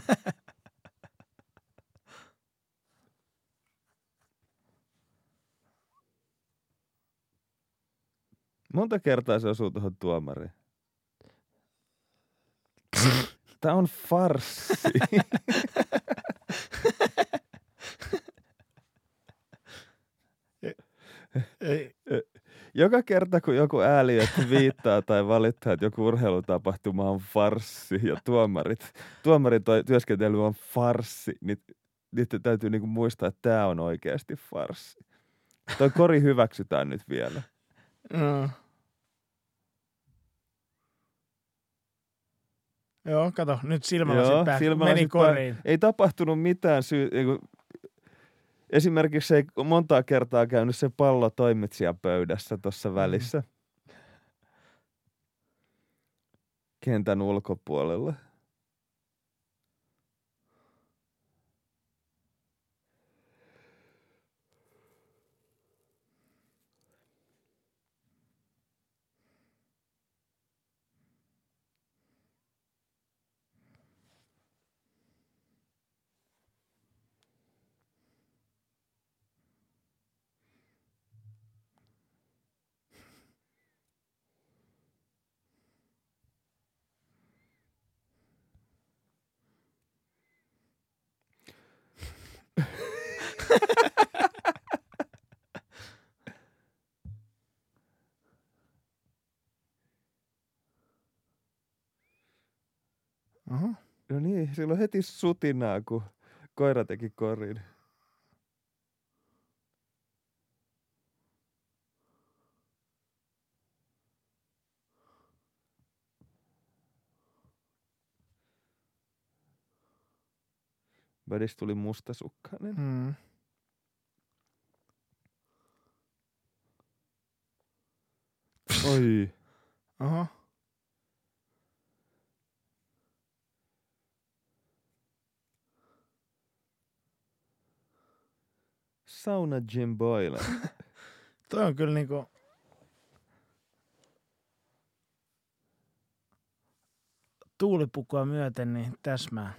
Monta kertaa se osuu tuohon tuomariin. Tää on farssi.
Ei.
Joka kerta, kun joku ääliö viittaa tai valittaa, että joku urheilutapahtuma on farssi ja tuomarit, tuomarin toi työskentely on farssi, niin niitä täytyy niinku muistaa, että tää on oikeasti farssi. Toi kori hyväksytään nyt vielä.
No. Joo, kato, nyt silmälasit pääsi, meni koriin.
Pää... Ei tapahtunut mitään syy... Esimerkiksi ei montaa kertaa käynyt se pallo toimitsijapöydässä tuossa välissä. Mm. Kentän ulkopuolella.
Oho.
No niin, silloin heti sutinaa, kun koira teki korin. Välissä tuli mustasukkainen.
Mm.
Oi.
Oho.
Sauna Jim Boyle.
Toi on kyllä niinku... tuulipukua myöten niin täsmää.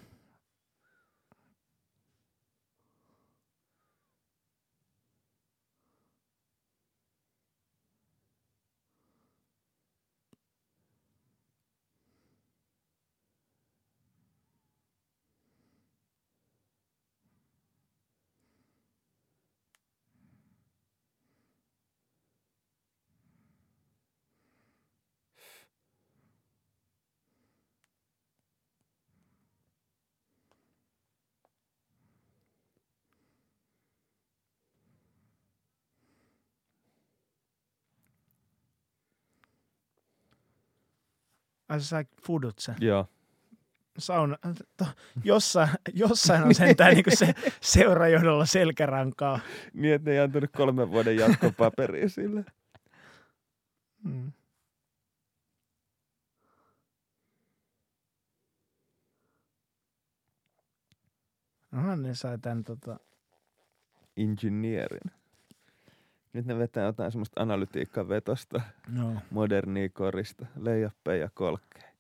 Ai sä foodut sen.
Joo.
Sauna, to, jossain, jossain on sentään niinku se seurajohdolla selkärankaa.
Niin, että ne ei antanut kolmen vuoden jatkopaperia sille.
Mm. Aha, ne sai tän tota...
Ingineerin. Nyt ne vetää jotain semmoista analytiikan vetosta,
No.
modernia korista, leijappeja ja kolkkeja.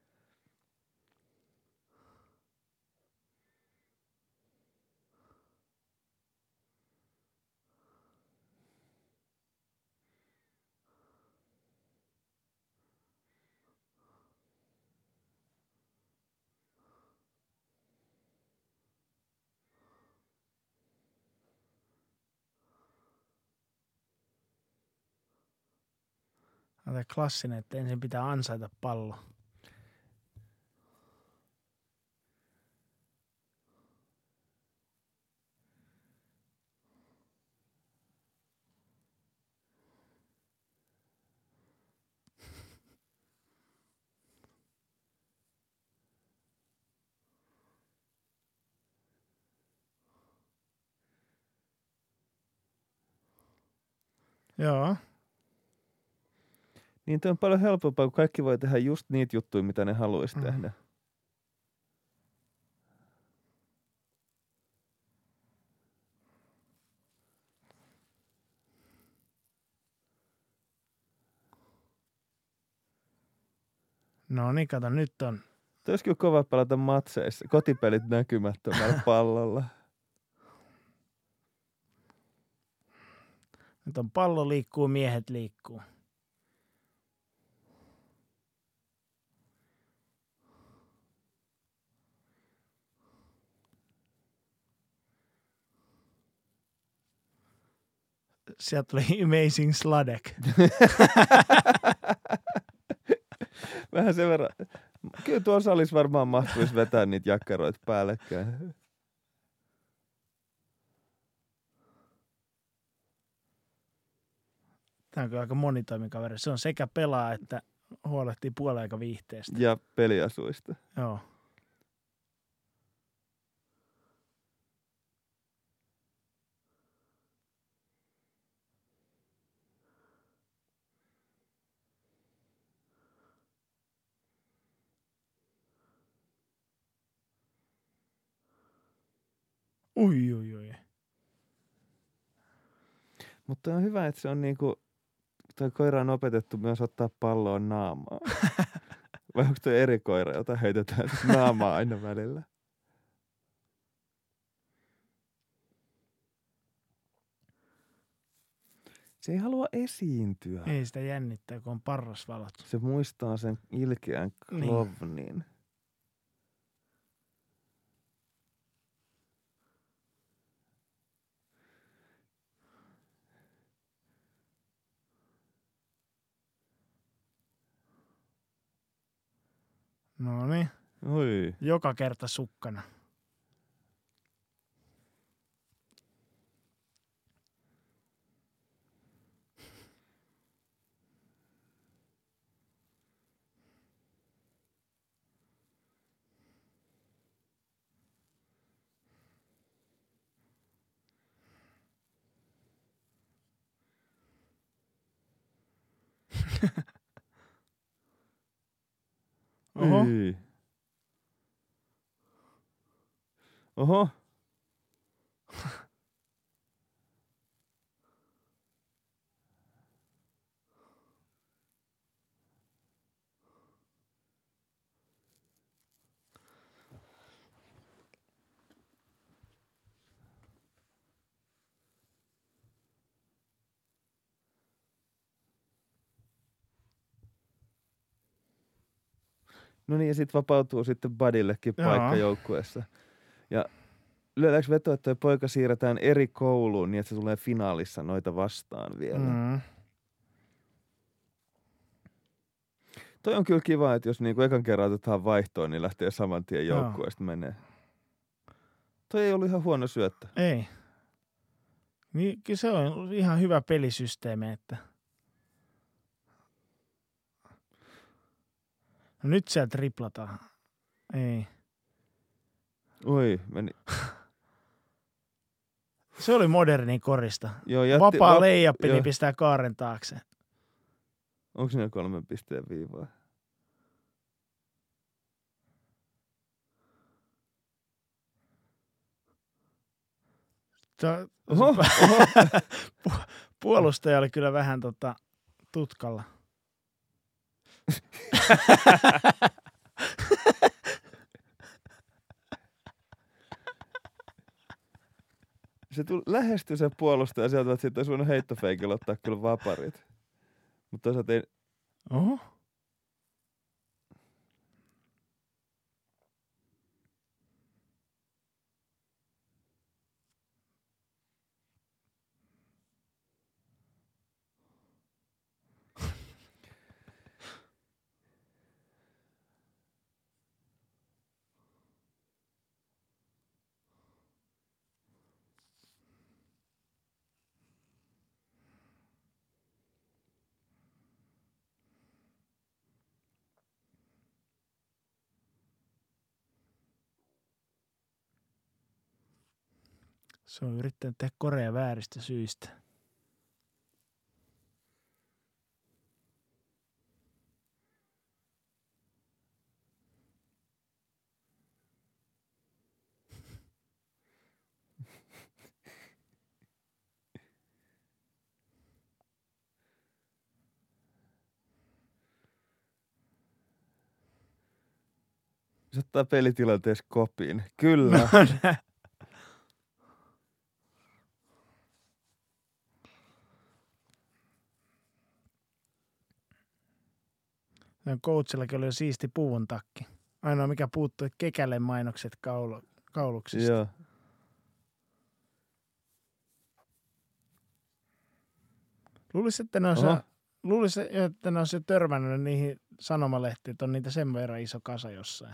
On tää klassinen, että ensin pitää ansaita pallo. Joo.
Niin toi on paljon helpompaa, kun kaikki voi tehdä just niitä juttuja, mitä ne haluaisi
Mm.
tehdä.
No niin, kato, nyt on.
Toi olisi kyllä kova pelata matseissa. Kotipelit näkymättömällä pallolla.
Nyt on pallo liikkuu, miehet liikkuu. Sieltä tuli Amazing Sladek.
Vähän sen verran. Kyllä tuossa salissa varmaan mahtuisi vetää niitä jakkaroita päällekkäin.
Tämä on kyllä aika monitoimikaveri. Se on sekä pelaa että huolehtii puolen viihteestä.
Ja peliasuista.
Joo. Ui, ui, ui.
Mutta on hyvä, että se on niinku, toi koira on opetettu myös ottaa palloa naamaa. Vai onko toi eri koira, jota heitetään naamaa aina välillä? Se ei halua esiintyä.
Ei sitä jännittää, kun on parrasvalot.
Se muistaa sen ilkeän klovnin. Niin.
No niin.
Oi.
Joka kerta sukkana. Oho.
Oi. Oho. No niin, ja sitten vapautuu sitten Budillekin paikka joukkueessa. Ja lyödäänkö veto, että toi poika siirretään eri kouluun niin, että se tulee finaalissa noita vastaan vielä?
Mm.
Toi on kyllä kiva, että jos niinku ekan kerran otetaan vaihtoon, niin lähtee saman tien
Joo.
joukkueesta menee. Toi ei ollut ihan huono syöttö.
Ei. Niin, kyllä se on ihan hyvä pelisysteemi, että... No nyt sieltä triplataan. Ei.
Oi, meni.
Se oli moderni korista.
Joo, jätti,
Vapaa
va-
leijappi,
joo.
niin pistää kaaren taakse.
Onko siinä kolmen pisteen viivaa?
Se,
Oho,
se,
oho.
pu- puolustaja oli kyllä vähän tota, tutkalla.
Se tuli, lähestyi se puolustaja sieltä, että sitten sun heittofeikillä ottaa kyllä vaparit. Mutta toisaalta ei...
Oho. Se on yrittänyt tehdä korea vääristä syistä.
Se ottaa pelitilanteessa kopiin. Kyllä.
No, nä- Coachillakin oli jo siisti puvun takki. Ainoa mikä puuttui, että kekälle mainokset kaulu, kauluksista.
Joo.
Luulisin, että ne on, se,
Oho.
luulisin, että ne on jo törmännyt niihin sanomalehtiin, että on niitä sen verran iso kasa jossain.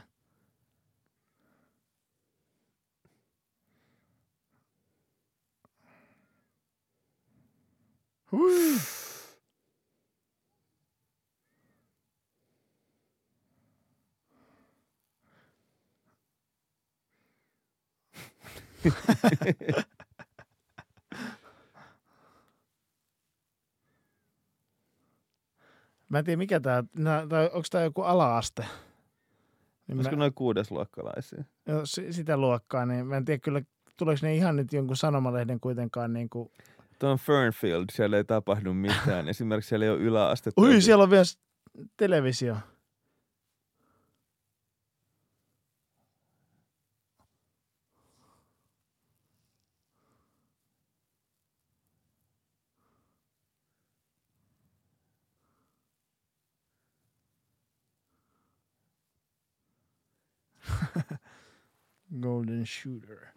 Hui. Mä en tiedä mikä tää, nää- tai onko tää joku ala-aste? Niin
Olisiko
mä,
noin kuudesluokkalaisia?
jo, si- sitä luokkaa, niin mä en tiedä kyllä, tuleeko ne ihan nyt jonkun sanomalehden kuitenkaan niin kuin...
Tuo on Fernfield, siellä ei tapahdu mitään. Esimerkiksi siellä ei ole yläastetta.
Ui, siellä on vielä s- televisio. Golden Shooter.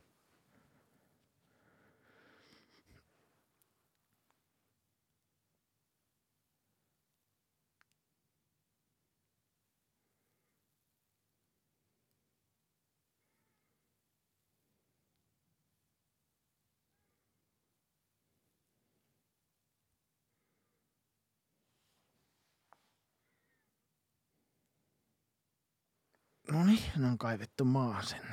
No niin, ne on kaivettu maa sinne.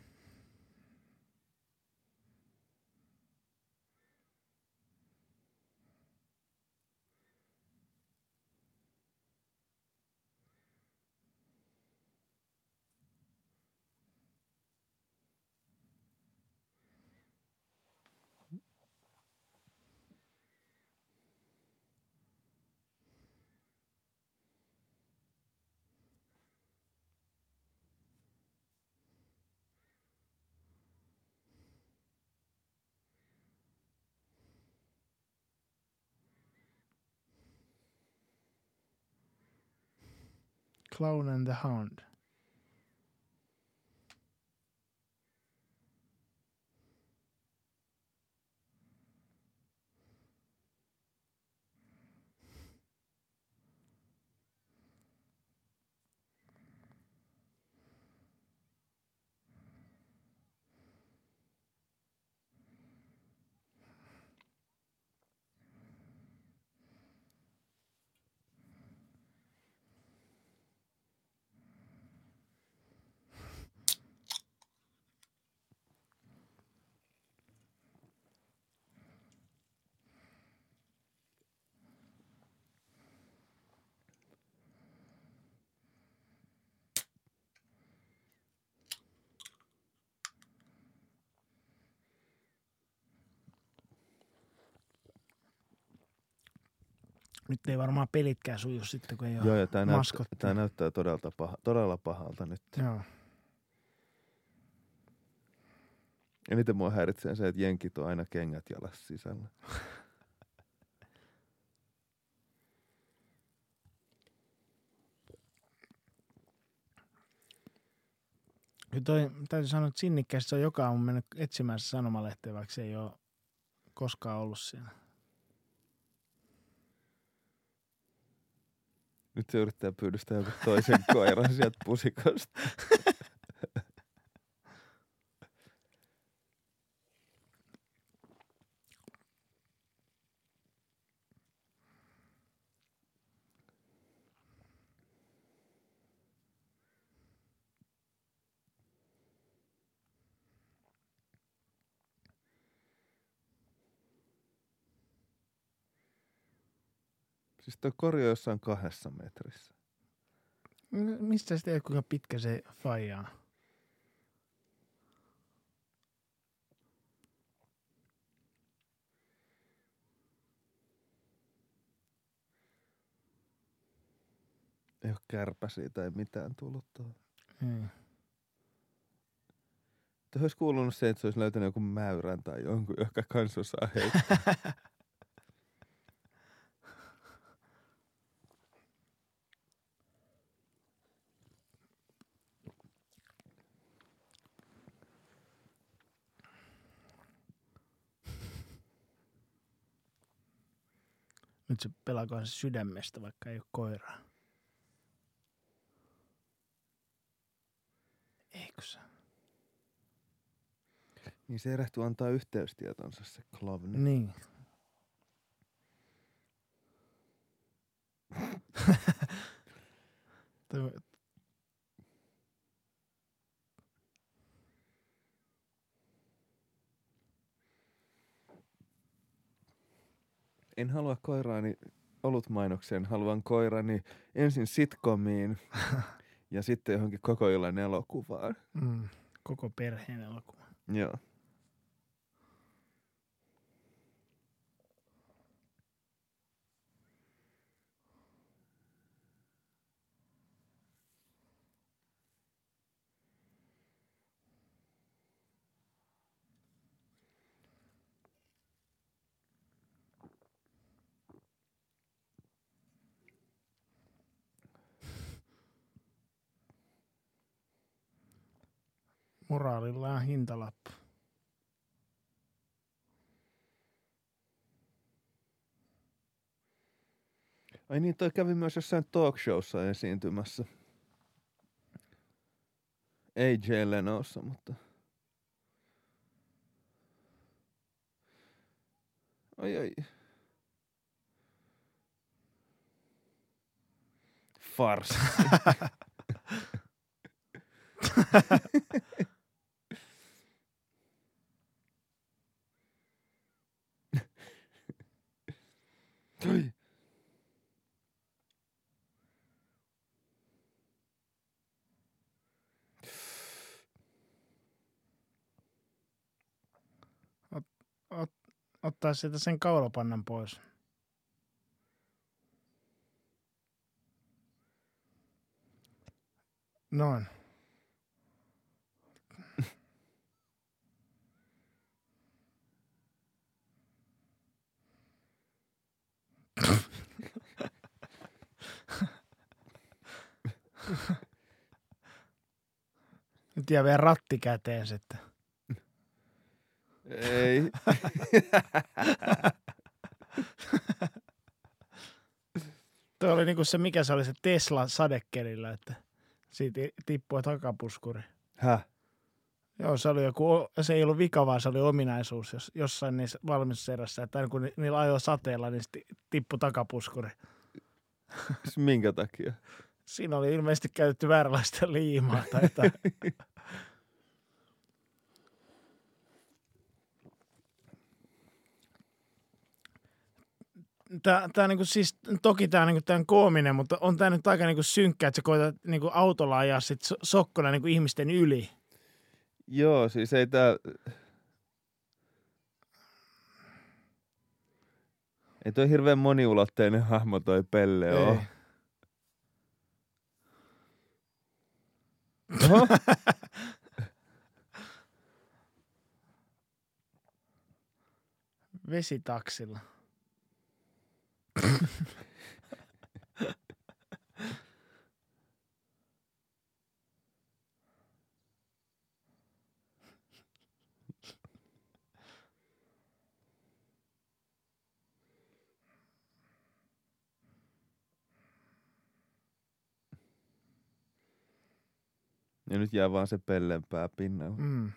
Clown and the Hound. Nyt ei varmaan pelitkään suju sitten, kun ei
Joo, ja tää,
ole
näyt,
maskotti.
tää näyttää todella, paha, todella pahalta nyt.
Joo.
Eniten mua häiritsee se, että jenkit on aina kengät jalassa sisällä.
Kyllä toi, täytyy sanoa, että sinnikkäästi se on joka on mennyt etsimään se sanomalehteen, vaikka se ei ole koskaan ollut siellä.
Nyt se yrittää pyydystää joku toisen koiran sieltä pusikosta. Siis toi kori on jossain kahdessa metrissä.
Mistä sä tiedät, kuinka pitkä se faija on?
Ei ole kärpäsiä tai mitään tullut tuohon.
Hmm.
Tuohon olisi kuulunut se, että se olisi löytänyt joku mäyrän tai jonkun, joka kans osaa heittää.
Nyt se pelaakohan se sydämestä, vaikka ei ole koiraa. Eikö se?
Niin se erehtyy antaa yhteystietonsa se Klovni.
Niin. Toi-
En halua koiraani olutmainokseen, haluan koirani ensin sitcomiin ja sitten johonkin koko illan elokuvaan.
mm, koko perheen elokuva.
Joo.
Moraalilla on hintalappu.
Ai niin, toi kävi myös jossain talkshowssa esiintymässä. Ei Jay Lenossa, mutta... Ai ai. Farsi. Oi.
Ot, ottaa sieltä sen kaulapannan pois. Noin. Nyt jää vielä ratti käteen sitten.
Ei.
Tuo oli niinku se, mikä se oli se Tesla sadekelillä, että siitä tippui takapuskuri.
Häh?
Joo, se oli joku, se ei ollut vika, vaan se oli ominaisuus jos, jossain niissä valmistuserässä, että aina kun ni, niillä ajoi sateella, niin se tippui takapuskuri.
Minkä takia?
Siinä oli ilmeisesti käytetty vääränlaista liimaa tai jotain. Tää, tää niinku siis, toki tää niinku tää on koominen, mutta on tää nyt aika niinku synkkä, että sä koetat niinku autolla ajaa sit so, sokkona niinku ihmisten yli.
Joo, siis ei tää... Ei toi hirveän moniulotteinen hahmo toi Pelle oo. Oho.
Vesitaksilla.
Ja nyt jää vaan se Pellen pää pinnalle.
Mm.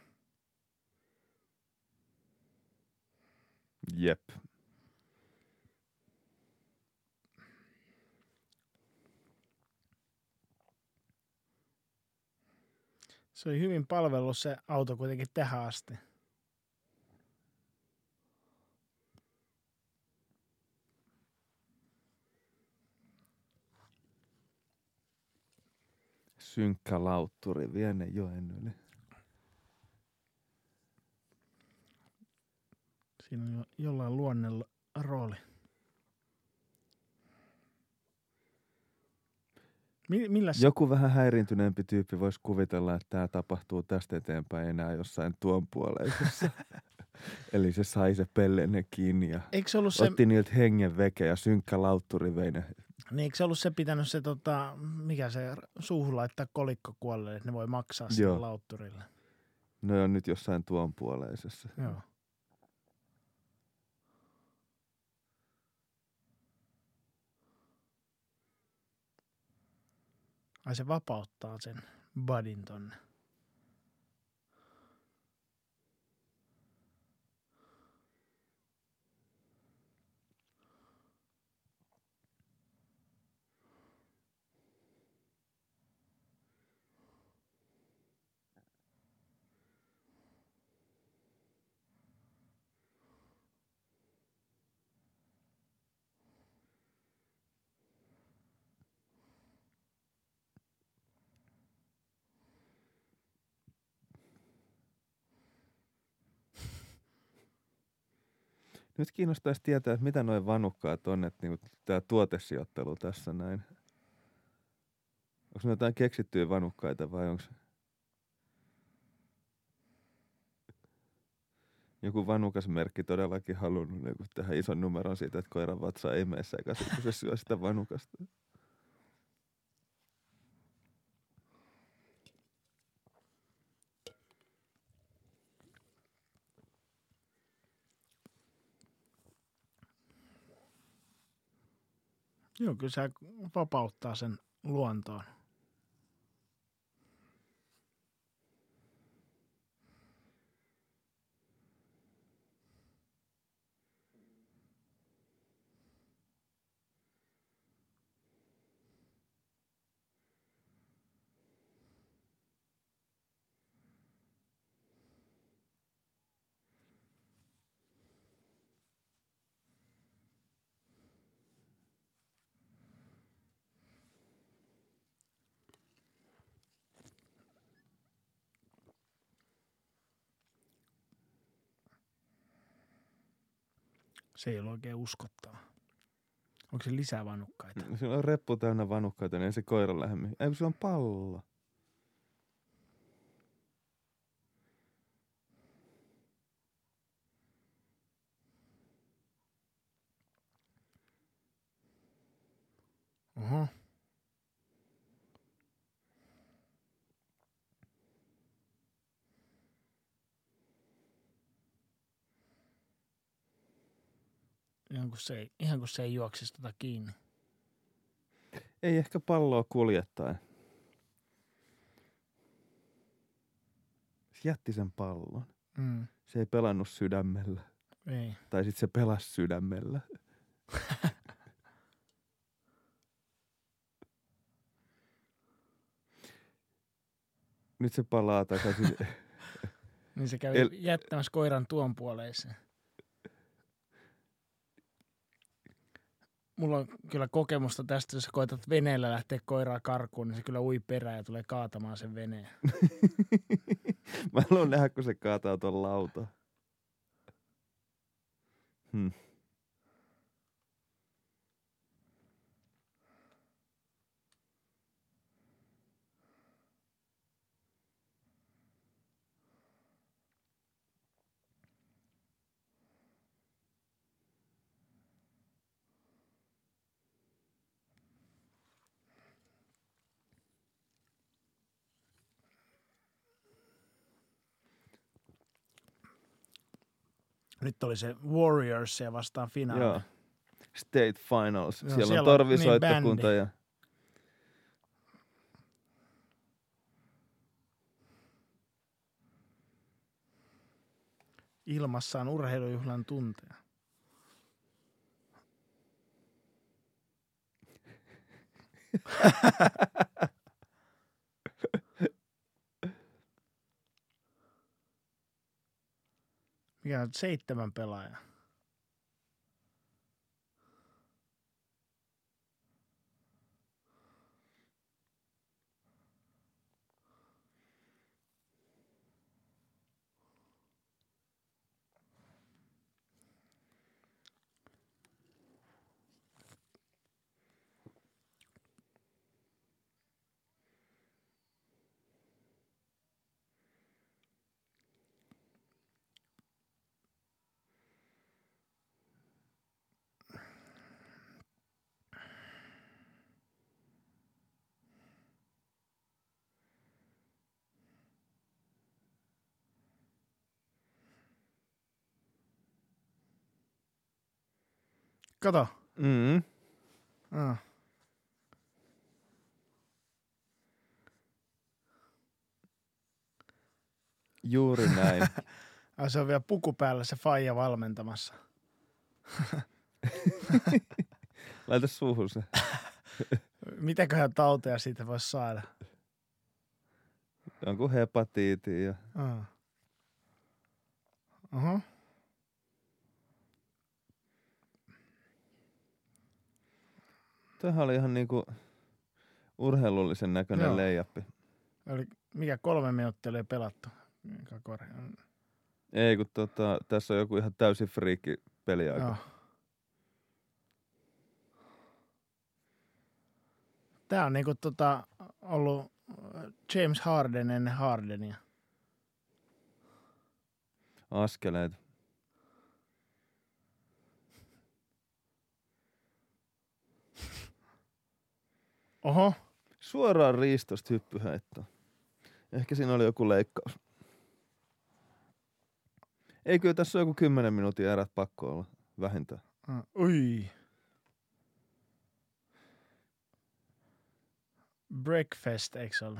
Jep.
Se oli hyvin palvellut se auto kuitenkin tähän asti.
Synkkä lautturi Vienne joen yli.
Siinä on jo jollain luonnella rooli. Milläs?
Joku vähän häiriintyneempi tyyppi voisi kuvitella, että tämä tapahtuu tästä eteenpäin enää jossain tuon puoleisessa. Eli se sai se Pellenne kiinni ja
eikö se ollut se,
otti niiltä hengen veke ja synkkä lautturi vei ne.
niin eikö se ollut se pitänyt se, tota, mikä se suuhun laittaa kolikko kuolleelle, että ne voi maksaa sille lautturille?
Ne on nyt jossain tuon puoleisessa.
Joo. Ai se vapauttaa sen budin tonne.
Nyt kiinnostaisi tietää, että mitä noin vanukkaat on, että niinku tämä tuotesijoittelu tässä näin. Onko ne jotain keksittyjä vanukkaita vai onko joku vanukasmerkki todellakin halunnut niinku tehdä ison numeron siitä, että koiran vatsa ei mene sekaisin, kun se syö sitä vanukasta?
Joo, kyllä se vapauttaa sen luontoon. Se ei ollut oikein uskottava. Onko se lisää vanukkaita?
Sillä on reppu täynnä vanukkaita, niin ei se koira lähde. Ei kun se on pallo.
Oho. Ihan kun se ei, ihan kun se ei juoksisi tota kiinni.
Ei ehkä palloa kuljettaen. Se jätti sen pallon.
Mm.
Se ei pelannut sydämellä.
Ei.
Tai sit se pelasi sydämellä. Nyt se palaa takaisin.
Niin se kävi
El-
jättämässä koiran tuon puoleiseen. Mulla on kyllä kokemusta tästä, jos sä koetat veneellä lähteä koiraa karkuun, niin se kyllä ui perään ja tulee kaatamaan sen veneen.
Mä haluan nähdä, kun se kaataa tuon lautaan. Hmm.
Nyt oli se Warriorsia vastaan finaali.
Joo. State Finals.
Joo,
siellä,
siellä
on
on
torvisoittokunta
niin
ja...
Ilmassa on urheilujuhlan tunteja. Mikä on seitsemän pelaajaa? Kato.
Mm.
Ah.
Juuri näin.
Ai se on vielä puku päällä se faija valmentamassa.
Laita suuhun se.
Mitäköhän tauteja siitä voisi saada?
Jonkun hepatiitin ja...
Ah. Oho.
Tämähän oli ihan niinku urheilullisen näköinen
Joo.
leijappi.
Oli, mikä kolme minuuttia oli pelattu? Mikä korja?
Ei, kun tota, tässä on joku ihan täysin friikki peliaika.
Joo. Tää on niinku tota, ollut James Harden ennen Hardenia.
Askeleet.
Oho.
Suoraan riistosta hyppyheittoon. Ehkä siinä oli joku leikkaus. Ei, kyllä tässä on joku kymmenen minuutin erät pakko olla vähintään.
Ah, ui. Breakfast, eikö se ollut?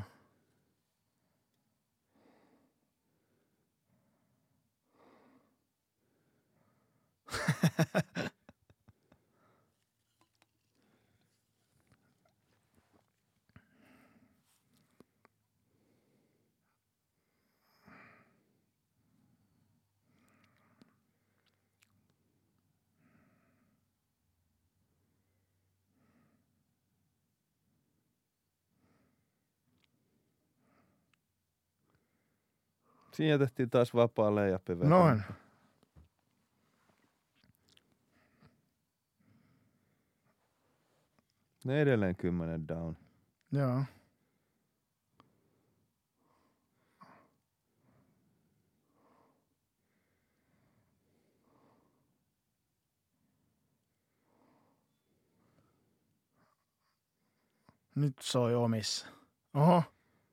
Siinä jätettiin taas vapaa leijappi vetämättä.
Noin.
Ne edelleen kymmenen down.
Joo. Nyt soi omissa. Oho.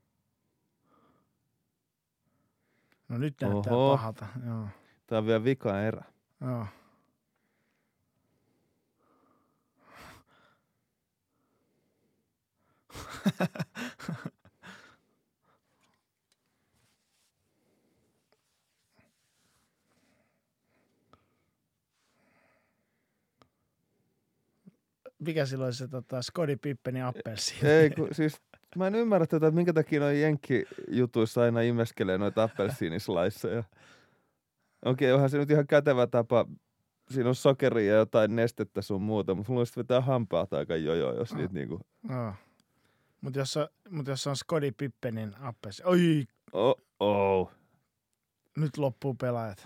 No nyt näyttää
Oho.
pahalta. Joo.
Tää on vielä vika erä.
Joo. Mikä silloin se tota, Scottie Pippenin appelsiini?
Ei, kun, siis mä en ymmärrä tätä, että minkä takia noi jenkkijutuissa aina imeskelee noita appelsiinislaisseja. Okei, onhan se nyt ihan kätevä tapa. Siinä on sokeria ja jotain nestettä sun muuta, mutta mulla olisi vetää hampaat aika jojo, jos niitä niinku...
Joo. Mut jos, on, mut jos on Scottie Pippenin appelsiini... Oi!
Oh, oh.
Nyt loppuu pelaajat.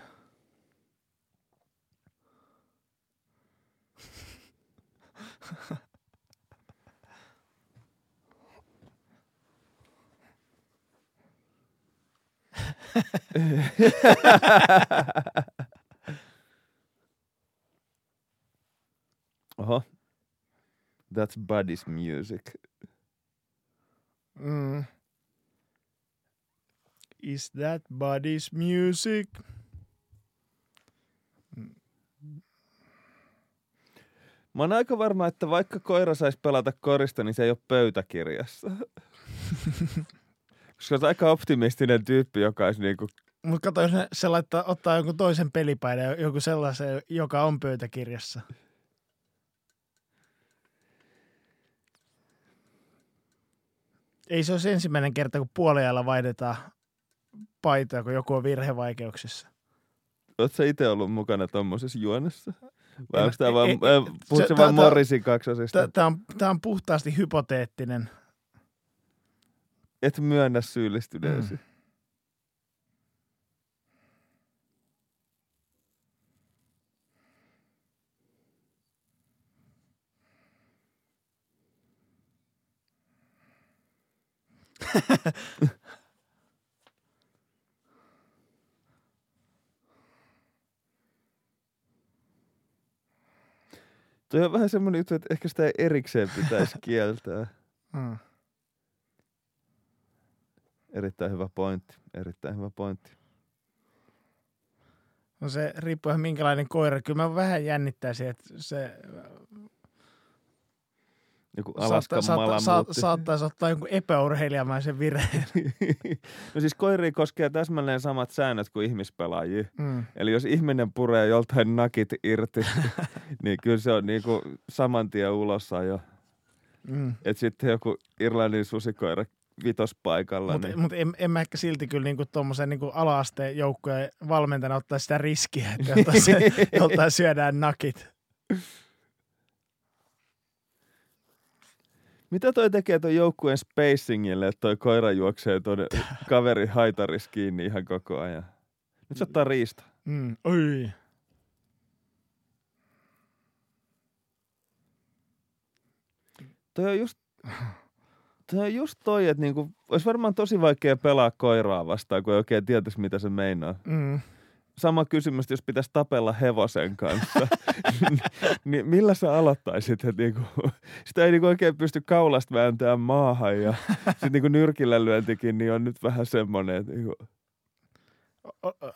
Oho. That's Buddy's music.
Mm. Is that Buddy's music?
Mä oon aika varma, että vaikka koira saisi pelata korista, niin se ei ole pöytäkirjassa. Koska se on aika optimistinen tyyppi, joka olisi niinku...
Mut kato, jos ne, se laittaa, ottaa jonkun toisen pelipaidan ja joku sellaisen, joka on pöytäkirjassa. Ei se olisi ensimmäinen kerta, kun puoliajalla vaihdetaan paitaa, kun joku on virhevaikeuksissa.
Oletko sä itse ollut mukana tommosessa juonessa? Vai
En-
onko tää
ei-
vaan,
ei-
äh, puhutko
se-
vaan
tää- tää-
Morrisin kaksosista?
Tämä on, tää on puhtaasti hypoteettinen.
Et myönnä syyllistyneesi.
Mm.
Toi on vähän semmoinen juttu, että ehkä sitä ei erikseen pitäisi kieltää.
Mm.
Erittäin hyvä pointti. Erittäin hyvä pointti.
No se riippuu ihan minkälainen koira. Kyllä mä vähän jännittäisin, että se
Joku
saatta,
Alaskan
saatta, sa,
malamuutti.
saattaisi ottaa jonkun epäurheilijamaisen virheen.
No siis koiria koskee täsmälleen samat säännöt kuin ihmispelaajia.
Mm.
Eli jos ihminen puree joltain nakit irti, niin kyllä se on niinku saman tien ulossa jo.
Mm.
Että sitten joku Irlannin susikoira vitospaikalla.
Mutta
niin...
mut en, en mä ehkä silti kyllä niinku tuommoisen niinku ala-asteen joukkueen valmentajana ottaa sitä riskiä, että joltain, se, joltain syödään nakit.
Mitä toi tekee ton joukkueen spacingille, että toi koira juoksee ton kaveri haitaris kiinni ihan koko ajan? Nyt se ottaa riista.
Mm. Oi.
Toi on just, toi, on just toi, että niinku, olisi varmaan tosi vaikea pelaa koiraa vastaan, kun ei oikein tietäisi, mitä se meinaa.
Mm.
Sama kysymys, jos pitäisi tapella hevosen kanssa, niin millä sä aloittaisit? Että niinku, sitä ei niinku oikein pysty kaulasta vääntämään maahan ja sitten niinku nyrkillä lyöntikin niin on nyt vähän semmoinen, että niinku,
O- o-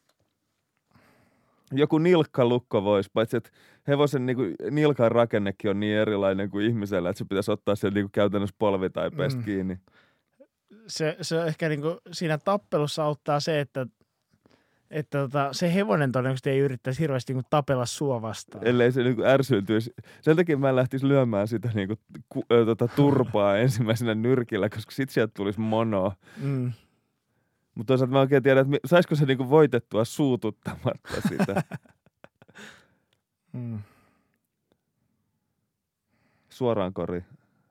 joku nilkkalukko voisi, paitsi että hevosen niinku, nilkan rakennekin on niin erilainen kuin ihmisellä, että se pitäisi ottaa sieltä niinku käytännössä polvitaipeesta
Mm.
kiinni.
Se, se on ehkä niinku siinä tappelussa auttaa se, että, että tota, se hevonen todennäköisesti ei yrittäisi hirveästi niinku tapella sua vastaan.
Ellei se niinku ärsyyntyisi. Sen takia mä en lähtisi lyömään sitä niinku, ku, ö, tota, turpaa ensimmäisenä nyrkillä, koska sit sieltä tulisi monoa.
Mm.
Mutta toisaalta mä oikein tiedän, että saisiko se niinku voitettua suututtamatta sitä.
Mm.
Suoraan koriin.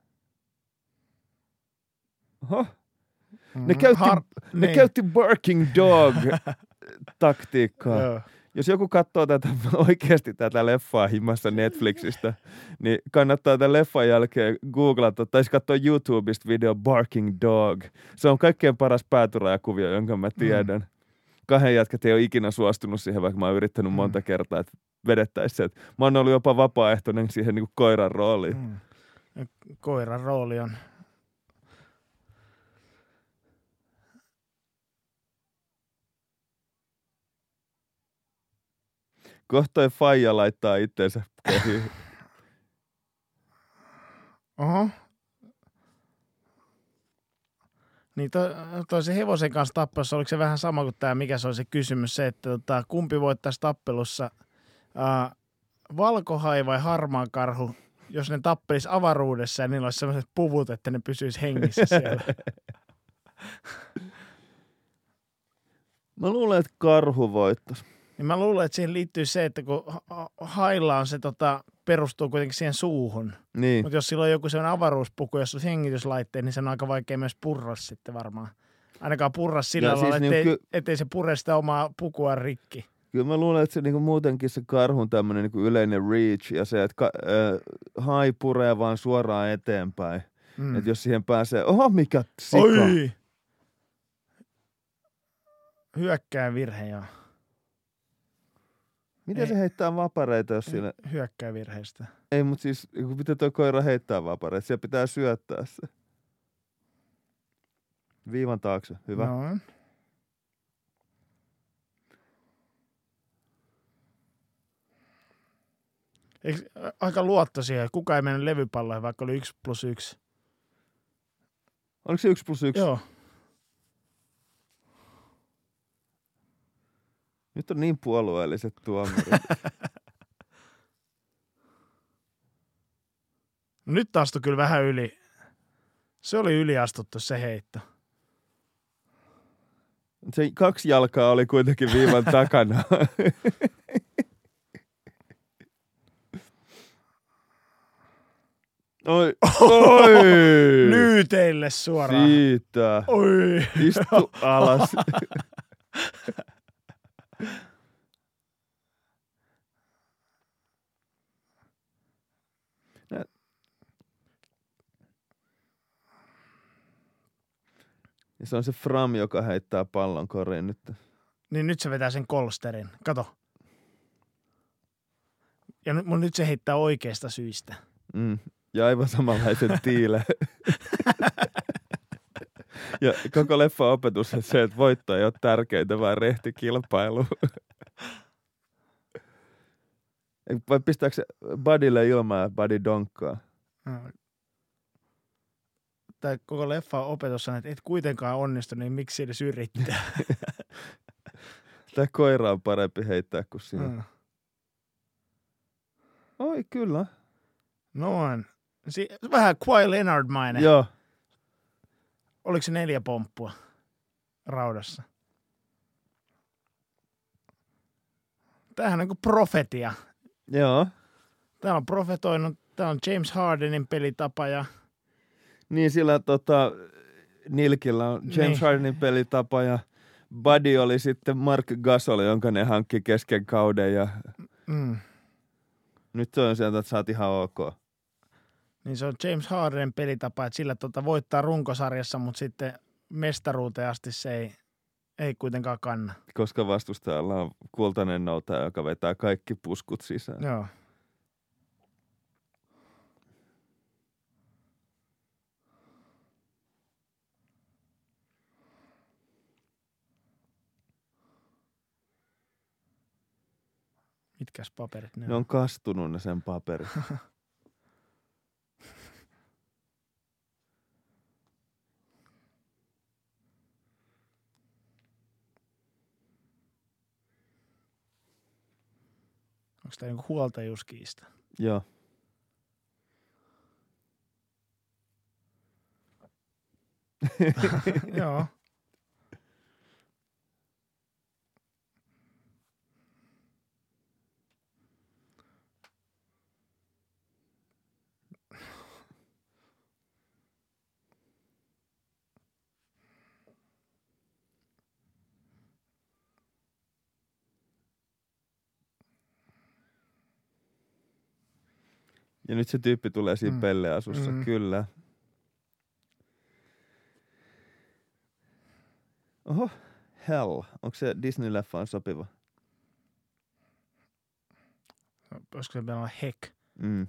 Oho.
Mm.
Ne käytti,
Har-
ne
niin.
käytti barking dog taktiikkaa.
Joo.
Jos joku katsoo tätä oikeasti tätä leffaa himassa Netflixistä, niin kannattaa tämän leffan jälkeen googlata tai katsoa YouTubesta video Barking Dog. Se on kaikkein paras pääturajakuvio, jonka mä tiedän. Mm. Kahden jätkät ei ole ikinä suostunut siihen, vaikka mä oon yrittänyt mm. monta kertaa, että vedettäisiin se. Mä oon ollut jopa vapaaehtoinen siihen niin kuin koiran rooliin.
Mm. Koiran rooli on...
Kohta toi faija laittaa itteensä kehiin.
Oho. Niin to, toi se hevosen kanssa tappelussa, oliko se vähän sama kuin tämä, mikä se oli se kysymys, se, että tota, kumpi voittaisi tappelussa, ää, valkohai vai harmaa karhu, jos ne tappelisi avaruudessa ja niillä olisi sellaiset puvut, että ne pysyisi hengissä siellä.
Mä luulen, että karhu voittaisi.
Niin mä luulen, että siihen liittyy se, että kun hailla on se, tota, perustuu kuitenkin siihen suuhun.
Niin.
Mutta jos sillä on joku sellainen avaruuspuku, jos on hengityslaitteet, niin se on aika vaikea myös purra sitten varmaan. Ainakaan purra sillä lailla, siis ettei, niin ky- ettei se purre sitä omaa pukua rikki.
Kyllä mä luulen, että se niinku muutenkin se karhun tämmöinen niinku yleinen reach ja se, että ka- äh, hai puree vaan suoraan eteenpäin. Mm. Että jos siihen pääsee, oho mikä sika.
Oi! Hyökkää virhe, joo.
Miten
ei,
se heittää vapareita, jos siinä...
Hyökkää virheistä.
Ei, mutta siis, miten tuo koira heittää vapareita? Siellä pitää syöttää se. Viivan taakse, hyvä.
No. Eikö, aika luotto siihen, kuka ei mennyt levypalloihin, vaikka oli yksi plus yksi.
Oliko se yksi plus yksi?
Joo.
Nyt on niin puolueelliset tuomarit.
No nyt astui kyllä vähän yli. Se oli yliastuttu se heitto.
Se kaksi jalkaa oli kuitenkin viivan takana. Oi, oi!
Nyyteille suoraan.
Siitä.
Oi.
Istu alas. Ja se on se Fram, joka heittää pallon koriin nyt.
Niin nyt se vetää sen kolsterin. Kato. Ja nyt, mun nyt se heittää oikeasta syistä.
Mm. Ja aivan samanlaisen tiile. Ja koko leffa opetus on se, että voitto ei ole tärkeintä, vaan rehti kilpailu. Vai pistääkö se Buddylle ilmaa ja Buddy donkkaa?
No. Tai koko leffa opetus on, että et kuitenkaan onnistu, niin miksi edes yrittää?
Tämä koira on parempi heittää kuin sinä.
Mm.
Oi, kyllä.
Noin. Si- vähän Kawhi Leonard-mainen.
Joo.
Oliko se neljä pomppua raudassa? Tämähän on kuin profetia.
Joo.
Täällä on profetoinut, täällä on James Hardenin pelitapa ja...
Niin, sillä tota, Nilkillä on James niin. Hardenin pelitapa ja Buddy oli sitten Mark Gasol, jonka ne hankki kesken kauden ja
mm.
nyt se on sieltä, että sä oot ihan ok.
Niin se on James Hardenin pelitapa, että sillä tota voittaa runkosarjassa, mutta sitten mestaruuteen asti se ei, ei kuitenkaan kanna. Koska
vastustajalla on kultainen noutaja, joka vetää kaikki puskut sisään.
Joo. Mitkäs paperit ne on?
Ne on kastunut ne sen paperit.
Onko tämä niinku huoltajuuskiista?
Joo.
Joo.
Ja nyt se tyyppi tulee siinä
Mm.
pelleasussa,
Mm.
kyllä. Oho, Hell. Onko se Disney-leffaan sopiva?
Olisiko se meillä olla Heck?
Mm.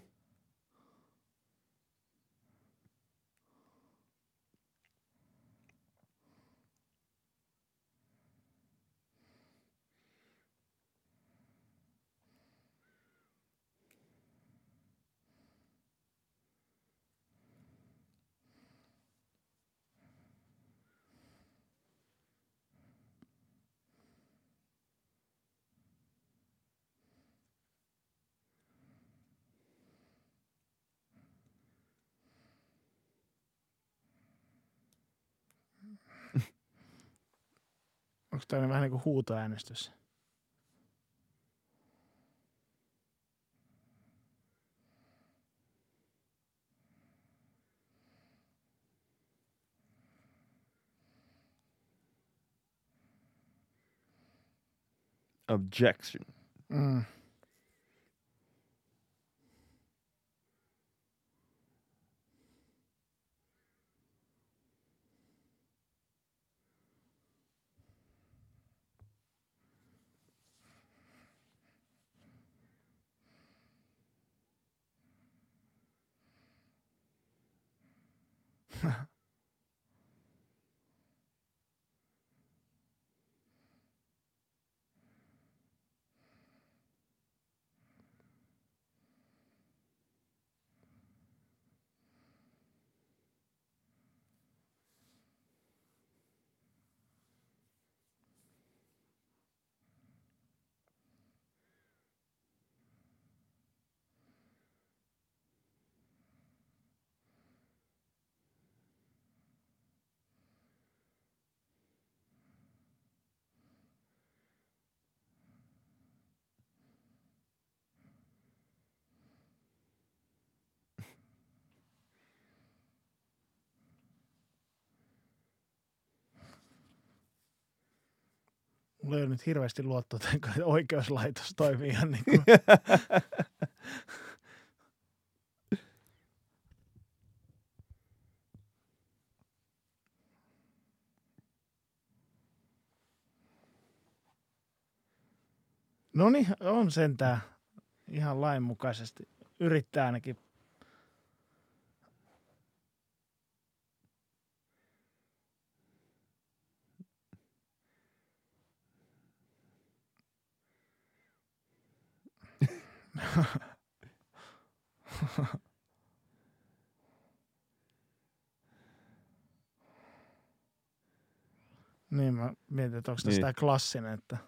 Onko tämä vähän niin kuin huutoäänestys?
Objection.
Mm. Mulla ei ole nyt hirveästi luottoa, että oikeuslaitos toimii ihan niin kuin... Noniin, on sentään ihan lainmukaisesti. Yrittää ainakin. Niin mä mietin, että onko tässä
Niin.
tää klassinen, että...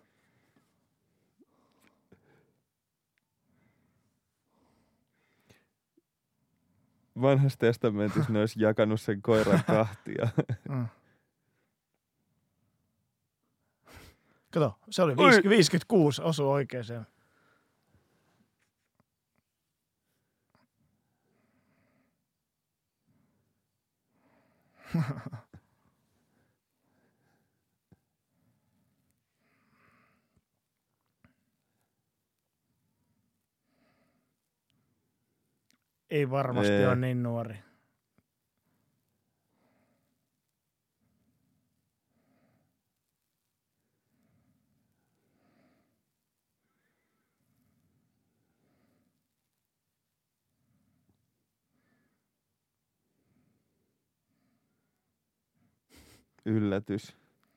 Vanhassa testamentissa ne olisi jakanut sen koiran kahtia.
Mm. Kato, se oli
Oi.
viisikymmentäkuusi, osui oikeeseen. Ei varmasti
Ei.
ole niin nuori.
Yllätys.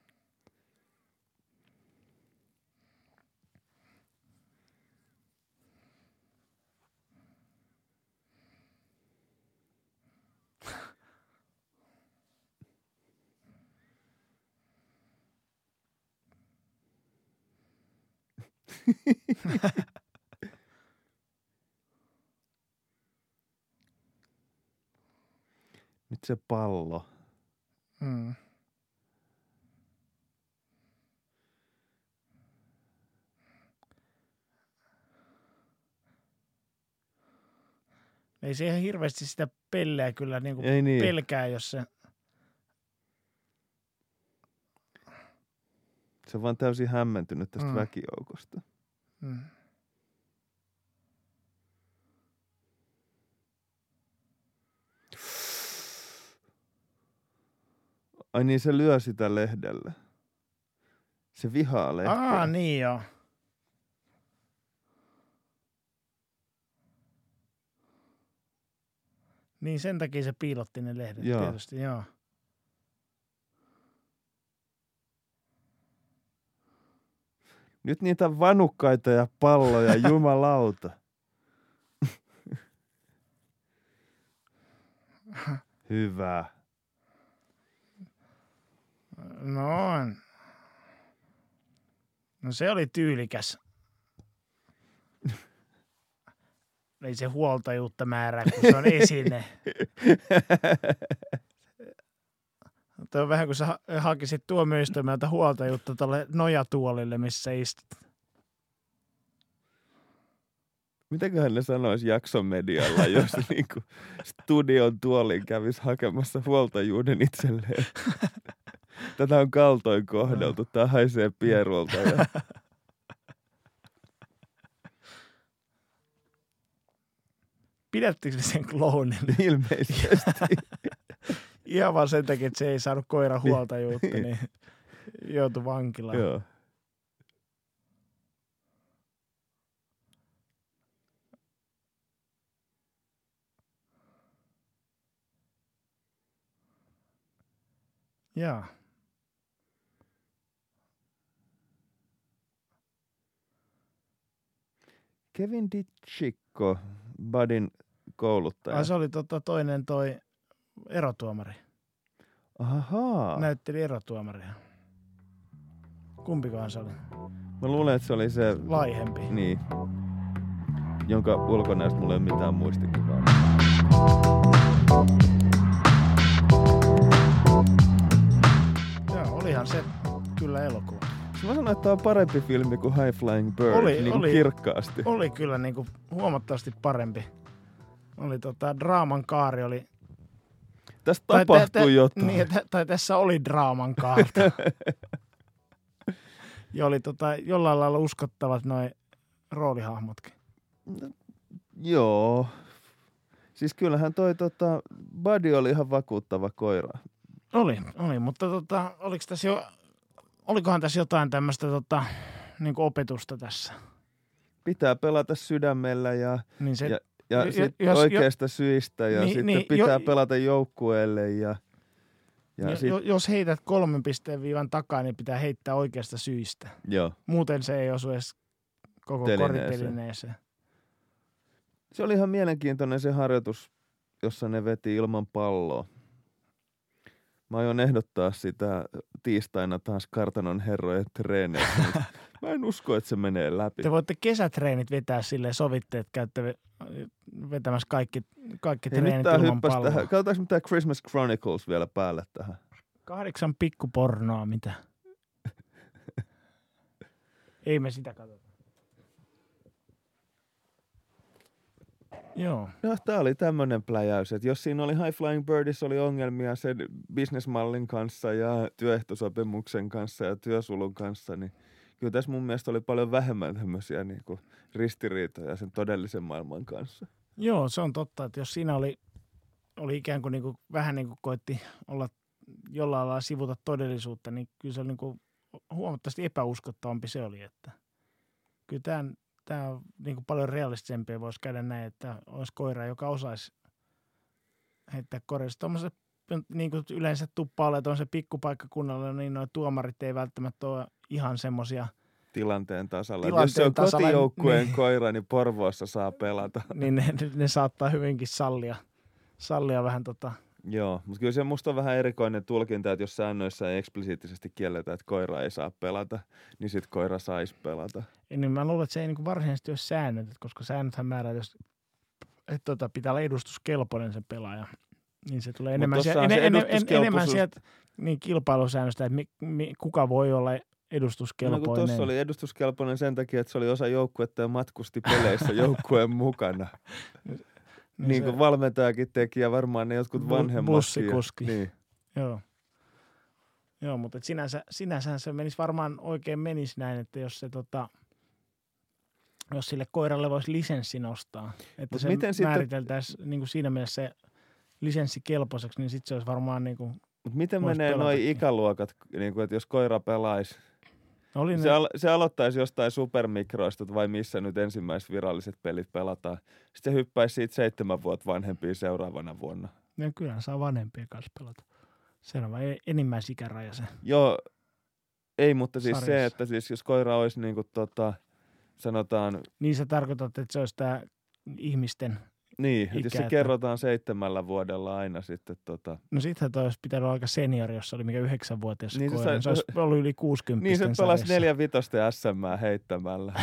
Nyt se pallo.
Mm. Ei se ihan hirveästi sitä pelleä kyllä niinku
Ei niin.
pelkää, jos se...
Se on vaan täysin hämmentynyt tästä
Mm.
mm. väkijoukosta.
Mm.
Ai niin, se lyö sitä lehdellä. Se vihaa lehteä.
Aa, niin joo. Niin sen takia se piilotti ne lehdet
Joo.
tietysti, joo.
Nyt niitä vanukkaita ja palloja, jumalauta. Hyvä.
No, no se oli tyylikäs. Ei se huoltajuutta määrää, kun se on esine. Tuo on vähän kuin sä ha- hakisit tuomioistuimelta huoltajuutta tuolle nojatuolille, missä istut.
Mitäköhän ne sanoisi jakson medialla, jos niinku studion tuolin kävisi hakemassa huoltajuuden itselleen? Tätä on kaltoin kohdeltu. Tää haisee pierulta. Ja...
Pidättekö sen kloonin?
Ilmeisesti.
Ihan vaan sen takia, että se ei saanut koiran huoltajuutta, niin joutui vankilaan.
Joo.
Jaa.
Kevin DiCicco, Budin kouluttaja.
Ai se oli tota toinen toi erotuomari.
Ahaa.
Näytteli erotuomaria. Kumpikohan se oli?
Mä luulen, että se oli se...
Laihempi.
Niin. Jonka ulkonäöstä mulla ei ole mitään muistikuvaa.
Joo, olihan se kyllä elokuva.
Mä sanoin, että tää on parempi filmi kuin High Flying Bird,
Oli,
niin
oli.
kirkkaasti.
Oli kyllä niinku huomattavasti parempi. Oli tota, draaman kaari oli...
Tässä
Tai
tapahtui
tä- tä-
jotain.
Niin, tä- tai tässä oli draaman kaarta. Ja oli tota, jollain lailla uskottavat noi roolihahmotkin.
Joo. Siis kyllähän toi tota, Buddy oli ihan vakuuttava koira.
Oli, oli, mutta tota, oliko tässä jo, olikohan tässä jotain tämmöistä tota, niin kuin opetusta tässä?
Pitää pelata sydämellä ja,
Niin se,
ja, ja
jo-
sit
jos-
oikeista syistä ja
Niin,
sitten
niin,
pitää
jo-
pelata joukkueelle ja, ja
jo,
sit,
jo, jos heität kolmen pisteen viivan takaa, niin pitää heittää oikeasta syistä.
joo.
Muuten se ei osu edes koko
Telineeseen.
koritelineeseen.
Se oli ihan mielenkiintoinen se harjoitus, jossa ne veti ilman palloa. Mä aion ehdottaa sitä tiistaina taas kartanon herrojen treeneissä. Mä en usko, että se menee läpi.
Te voitte kesätreenit vetää silleen, sovitte, että käytte ve- vetämässä kaikki, kaikki
Hei, nyt
treenit
tää
ilman
hyppäsi
palloa.
tähän. Katsotaanko mitään Christmas Chronicles vielä päälle tähän?
Kahdeksan pikkupornoa, mitä? Ei me sitä katsota. Joo.
No, tää oli tämmönen pläjäys, että jos siinä oli High Flying Birdissä oli ongelmia sen businessmallin kanssa ja työehtosopimuksen kanssa ja työsulun kanssa, niin kyllä tässä mun mielestä oli paljon vähemmän tämmöisiä niin kuin ristiriitoja sen todellisen maailman kanssa.
Joo, se on totta, että jos siinä oli, oli ikään kuin, niin kuin vähän niin kuin koitti olla jollain lailla sivuta todellisuutta, niin kyllä se oli niin kuin huomattavasti epäuskottavampi se oli, että kyllä tämä, tämä on niin kuin paljon realistisempia, voisi käydä näin, että olisi koira, joka osaisi heittää korjassa. Tuommoiset niin kuin yleensä tuppaa on se pikkupaikkakunnalla, niin nuo tuomarit ei välttämättä ole ihan semmoisia
Tilanteen tasalla.
Tilanteen
Jos se on
tasalla,
kotijoukkueen
niin.
koira, niin Porvoossa saa pelata.
niin ne, ne saattaa hyvinkin sallia, sallia vähän tota.
Joo, mutta kyllä se musta on vähän erikoinen tulkinta, että jos säännöissä ei eksplisiittisesti kielletä, että koira ei saa pelata, niin sit koira saisi pelata.
Ja niin mä luulen, että se ei niin varsinaisesti ole säännöt, että koska säännöthän määrää, jos että tota, pitää olla edustuskelpoinen se pelaaja, niin se tulee enemmän,
tossahan
sieltä,
se
en, en, en,
edustuskelpoisuus-
enemmän sieltä niin kilpailusäännöstä, että mi, mi, kuka voi olla
No kun
edustuskelpoinen.
tuossa oli edustuskelpoinen sen takia, että se oli osa joukkuetta ja matkusti peleissä joukkueen mukana.
Niin
Niin
se-
kuin valmentajakin teki ja varmaan ne jotkut
Bu-
vanhemmatkin.
bussikuski.
Niin.
Joo. Joo, mutta et sinänsä, sinänsä se menisi varmaan oikein menisi näin, että jos se tota, jos sille koiralle voisi lisenssi nostaa, että
Mut
se
miten sitten-
määriteltäisiin niin kuin siinä mielessä se lisenssi kelpoiseksi, niin sitten se olisi varmaan niin kuin
Mut miten
Vois
menee noi
pelatakin.
ikäluokat, niin kuin, että jos koira pelaisi?
Oli
Se,
ne,
al- se aloittaisi jostain supermikroista vai missä nyt ensimmäiset viralliset pelit pelataan. Sitten se hyppäisi siitä seitsemän vuotta vanhempiin seuraavana vuonna.
ne kyllä saa vanhempien kanssa pelata. Se on vain enimmäisikäraja se.
Joo, ei, mutta siis
Sarjassa.
se, että siis jos koira olisi niin kuin, tota, sanotaan,
Niin sä tarkoitat, että se olisi tämä ihmisten...
niin, että jos
Ikä,
se
että-
kerrotaan seitsemällä vuodella aina sitten tota,
No sittenhän toi olisi pitänyt olla aika seniori, jos se oli mikä yhdeksänvuotias
Niin se
koira.
sai-
Niin se olisi ollut yli kuusikymmentä.
niin se pelasi neljä vitosta S M heittämällä.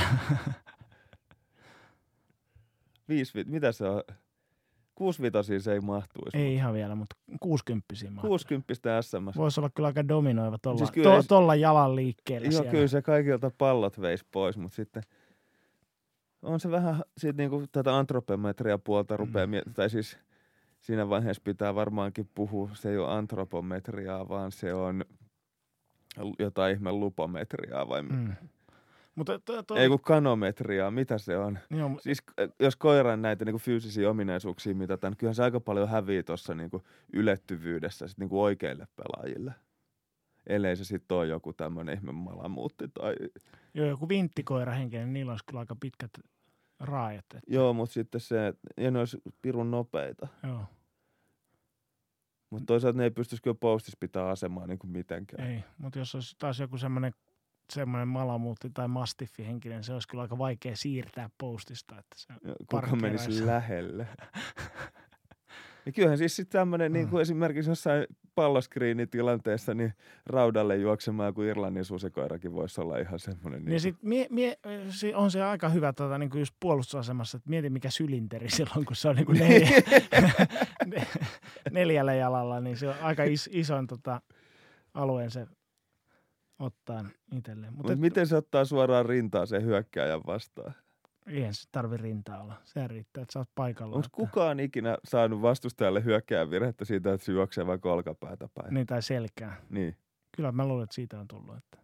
Viisi, vi- mitä se on? Kuusi vitosiin se ei mahtuisi.
Ei ihan vielä, mutta kuusikymppisiä mahtuu.
Kuusikymppistä S M.
Voisi olla kyllä aika dominoiva tuolla
Siis kyllä
to,
ei-
tolla jalan liikkeellä
Joo,
siellä.
kyllä se kaikilta pallot veisi pois, mutta sitten on se vähän sit niinku tätä antropometria puolta rupeaa,
Mm.
mm. tai siis siinä vaiheessa pitää varmaankin puhua, se ei ole antropometriaa, vaan se on jotain ihme lupometriaa vai mm.
Mm. Mutta to, to,
ei kun kanometriaa, mitä se on?
joo, mu-
Siis äh, jos koiran näitä niinku fyysisiä ominaisuuksia mitataan, niin kyllähän se aika paljon hävii tuossa niinku ylettyvyydessä sit niinku oikeille pelaajille. Ellei se sitten ole joku tämmöinen ihme malamuutti tai...
joo, joku vinttikoira henkinen, niin niillä olisi kyllä aika pitkät raajat. Että,
Joo, mutta sitten se, ja ne olisi pirun nopeita.
joo,
Mutta toisaalta ne ei pystyisi kyllä postissa pitää asemaa niinku mitenkään.
ei. Mutta jos olisi taas joku semmoinen semmoinen malamuutti tai mastiffi henkinen, se olisi kyllä aika vaikea siirtää postista. Että se
Ja kuka
parkkeeraisi.
menisi lähelle. Ja kyllähän siis sitten tämmöinen, niin kuin esimerkiksi jossain palloskriinitilanteessa, niin raudalle juoksemaan, kun Irlannin susikoirakin voisi olla ihan semmoinen.
Niin sit mie, mie, si- on se aika hyvä tota, niin kuin just puolustusasemassa, että mieti mikä sylinteri silloin, kun se on niin kuin neljä, ne- neljällä jalalla, niin se on aika is, ison tota, alueen se ottaa itselleen. Mutta
Mut miten se ottaa suoraan rintaa sen hyökkääjän vastaan?
eihän se tarvi rintaa olla. Se riittää, että sä oot paikalla.
Onko
että-
kukaan ikinä saanut vastustajalle hyökkääjän virhettä siitä, että se juoksee vaikka olkapäätä päin?
Niin, tai selkää.
Niin.
Kyllä mä luulen, että siitä on tullut. Että.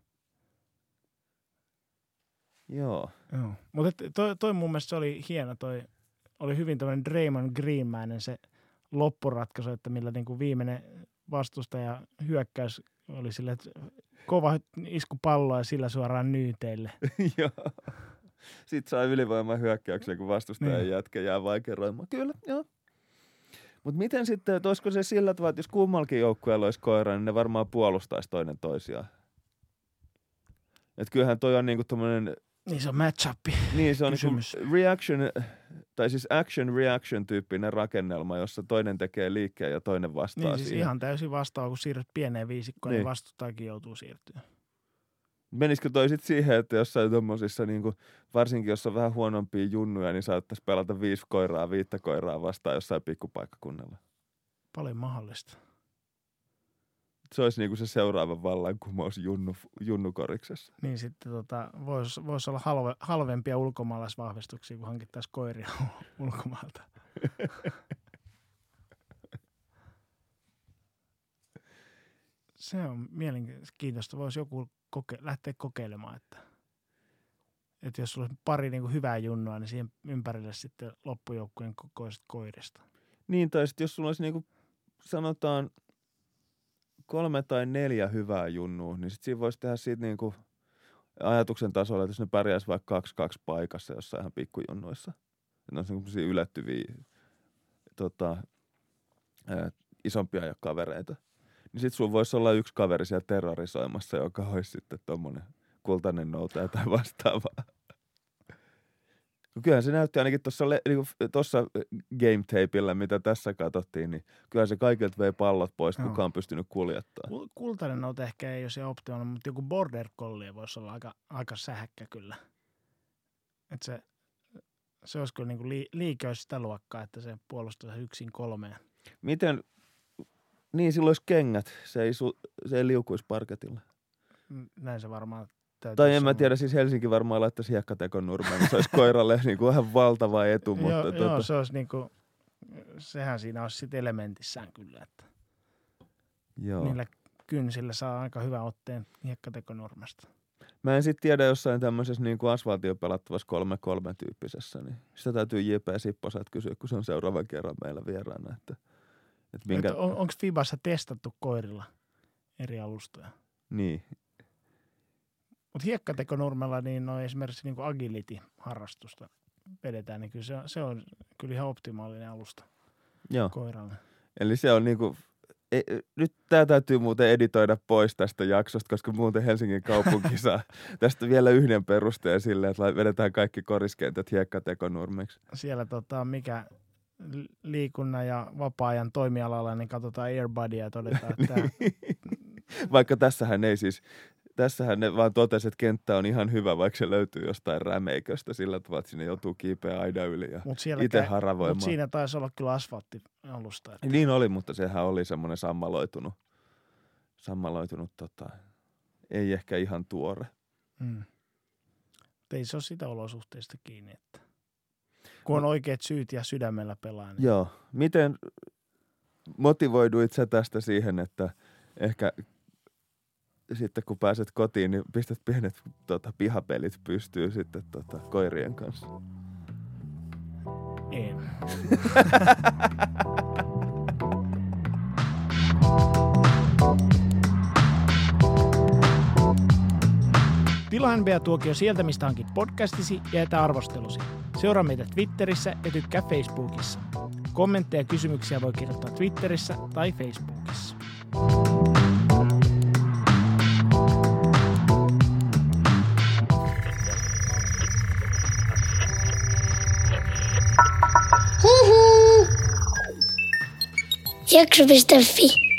Joo.
Joo. Mutta toi, toi mun mielestä se oli hieno. Toi oli hyvin tämmöinen Draymond Greenmäinen se loppuratkaisu, että millä niinku viimeinen vastustaja hyökkäys oli sille, että kova isku palloa ja sillä suoraan nyyteille.
Joo. Sitten saa ylivoiman hyökkäyksen, kun vastustajan
Niin.
jätkä jää vaikeroimaan. Kyllä, joo. Mutta miten sitten, että olisiko se sillä tavalla, että jos kummallakin joukkueella olisi koira, niin ne varmaan puolustaisi toinen toisiaan? Että kyllähän toi on niinku tommonen,
Niin se on match-up.
niin se on
Kysymys.
niinku reaction, tai siis action reaction tyyppinen rakennelma, jossa toinen tekee liikkeen ja toinen vastaa
Niin siis
siihen.
ihan täysin vastaava, kun siirryt pieneen viisikkoon, niin,
Niin.
niin vastustajakin joutuu siirtyä.
Menisikö toi sit siihen, että jossain tommosissa, niinku, varsinkin jos on vähän huonompia junnuja, niin saattaisi pelata viisi koiraa, viittä koiraa vastaan jossain pikkupaikkakunnalla?
Paljon mahdollista.
Se olisi niinku se seuraava vallankumous junnu, junnukoriksessa.
Niin sitten tota, voisi vois olla halve, halvempia ulkomaalaisvahvistuksia, kun hankittaisiin koiria ulkomailta. Se on mielenkiintoista. Voisi joku koke- lähteä kokeilemaan, että, että jos sulla olisi pari niin kuin hyvää junnua, niin siihen ympärille sitten loppujoukkueen kokoiset koirista.
Niin, tai sitten jos sulla olisi niinku, sanotaan kolme tai neljä hyvää junnua, niin sitten siinä voisi tehdä siitä niinku ajatuksen tasolla, että jos ne pärjäisi vaikka kaksi kaksi paikassa jossain ihan pikkujunnuissa. Ne on semmoisia ylettyviä tota, ää, isompia ja kavereita. Niin sitten sulla voisi olla yksi kaveri siellä terrorisoimassa, joka olisi sitten tommonen kultainen noutaja tai vastaavaa. Kyllähän se näytti ainakin tuossa niinku, game tapeilla, mitä tässä katsottiin, niin kyllähän se kaikilta vei pallot pois,
Joo.
kukaan on pystynyt kuljettaa.
Kul- Kultainen noute ehkä ei ole se optimaalinen, mutta joku border collie voisi olla aika, aika sähäkkä kyllä. Et se, se olisi kyllä niinku li, liikaa sitä luokkaa, että se puolustaisi yksin kolmeen.
Miten, niin silloin olisi kengät, se ei, su, se ei liukuisi parketilla.
Mm, Näin se varmaan täytyy
Tai en mä
sanoa.
tiedä, siis Helsinki varmaan laittaisi hiekkatekon nurmeen, niin se olisi koiralle niin kuin ihan valtava etu, mutta
joo,
tota,
joo, se olisi niinku, sehän siinä olisi sitten elementissään kyllä, että
joo.
niillä kynsillä saa aika hyvän otteen hiekkatekonurmesta.
Mä en sitten tiedä jossain tämmöisessä niin kuin asfaltio pelattavassa kolme kolme tyyppisessä, niin sitä täytyy J P Sipposelta kysyä, kun se on seuraavan kerran meillä vieraana, että, Et minkä...
Et on, onko Fibassa testattu koirilla eri alustoja?
Niin.
Mutta hiekkatekonurmella niin no esimerkiksi niin kuin agility-harrastusta vedetään, niin kyllä se, se on kyllä ihan optimaalinen alusta
Joo.
koiralle.
Eli se on niinku, e, nyt tää täytyy muuten editoida pois tästä jaksosta, koska muuten Helsingin kaupunki saa tästä vielä yhden perusteen silleen, että vedetään kaikki koriskentät hiekkatekonurmeksi.
Siellä tota, mikä liikunnan ja vapaa-ajan toimialalla, niin katsotaan Airbudia ja todetaan, että tää...
Vaikka tässähän ei siis, tässähän ne vaan totesi, että kenttä on ihan hyvä, vaikka se löytyy jostain rämeiköstä sillä tavalla, että sinne joutuu kiipeä aidan yli ja itse haravoimaan.
Mutta siinä taisi olla kyllä asfalttialusta. Että...
Niin oli, mutta sehän oli semmoinen sammaloitunut, sammaloitunut tota, ei ehkä ihan tuore.
Mm. Ei se ole sitä olosuhteista kiinni, että kun on oikeat syyt ja sydämellä pelaa. Niin...
Joo. Miten motivoiduit sä tästä siihen, että ehkä sitten kun pääset kotiin, niin pistät pienet tota, pihapelit pystyyn sitten tota, koirien kanssa?
En. Tilaa N B A-tuokio sieltä, mistä hankit podcastisi ja jätä arvostelusi. Seuraa meitä Twitterissä ja tykkää Facebookissa. Kommentteja ja kysymyksiä voi kirjoittaa Twitterissä tai Facebookissa.
Jakso piste fi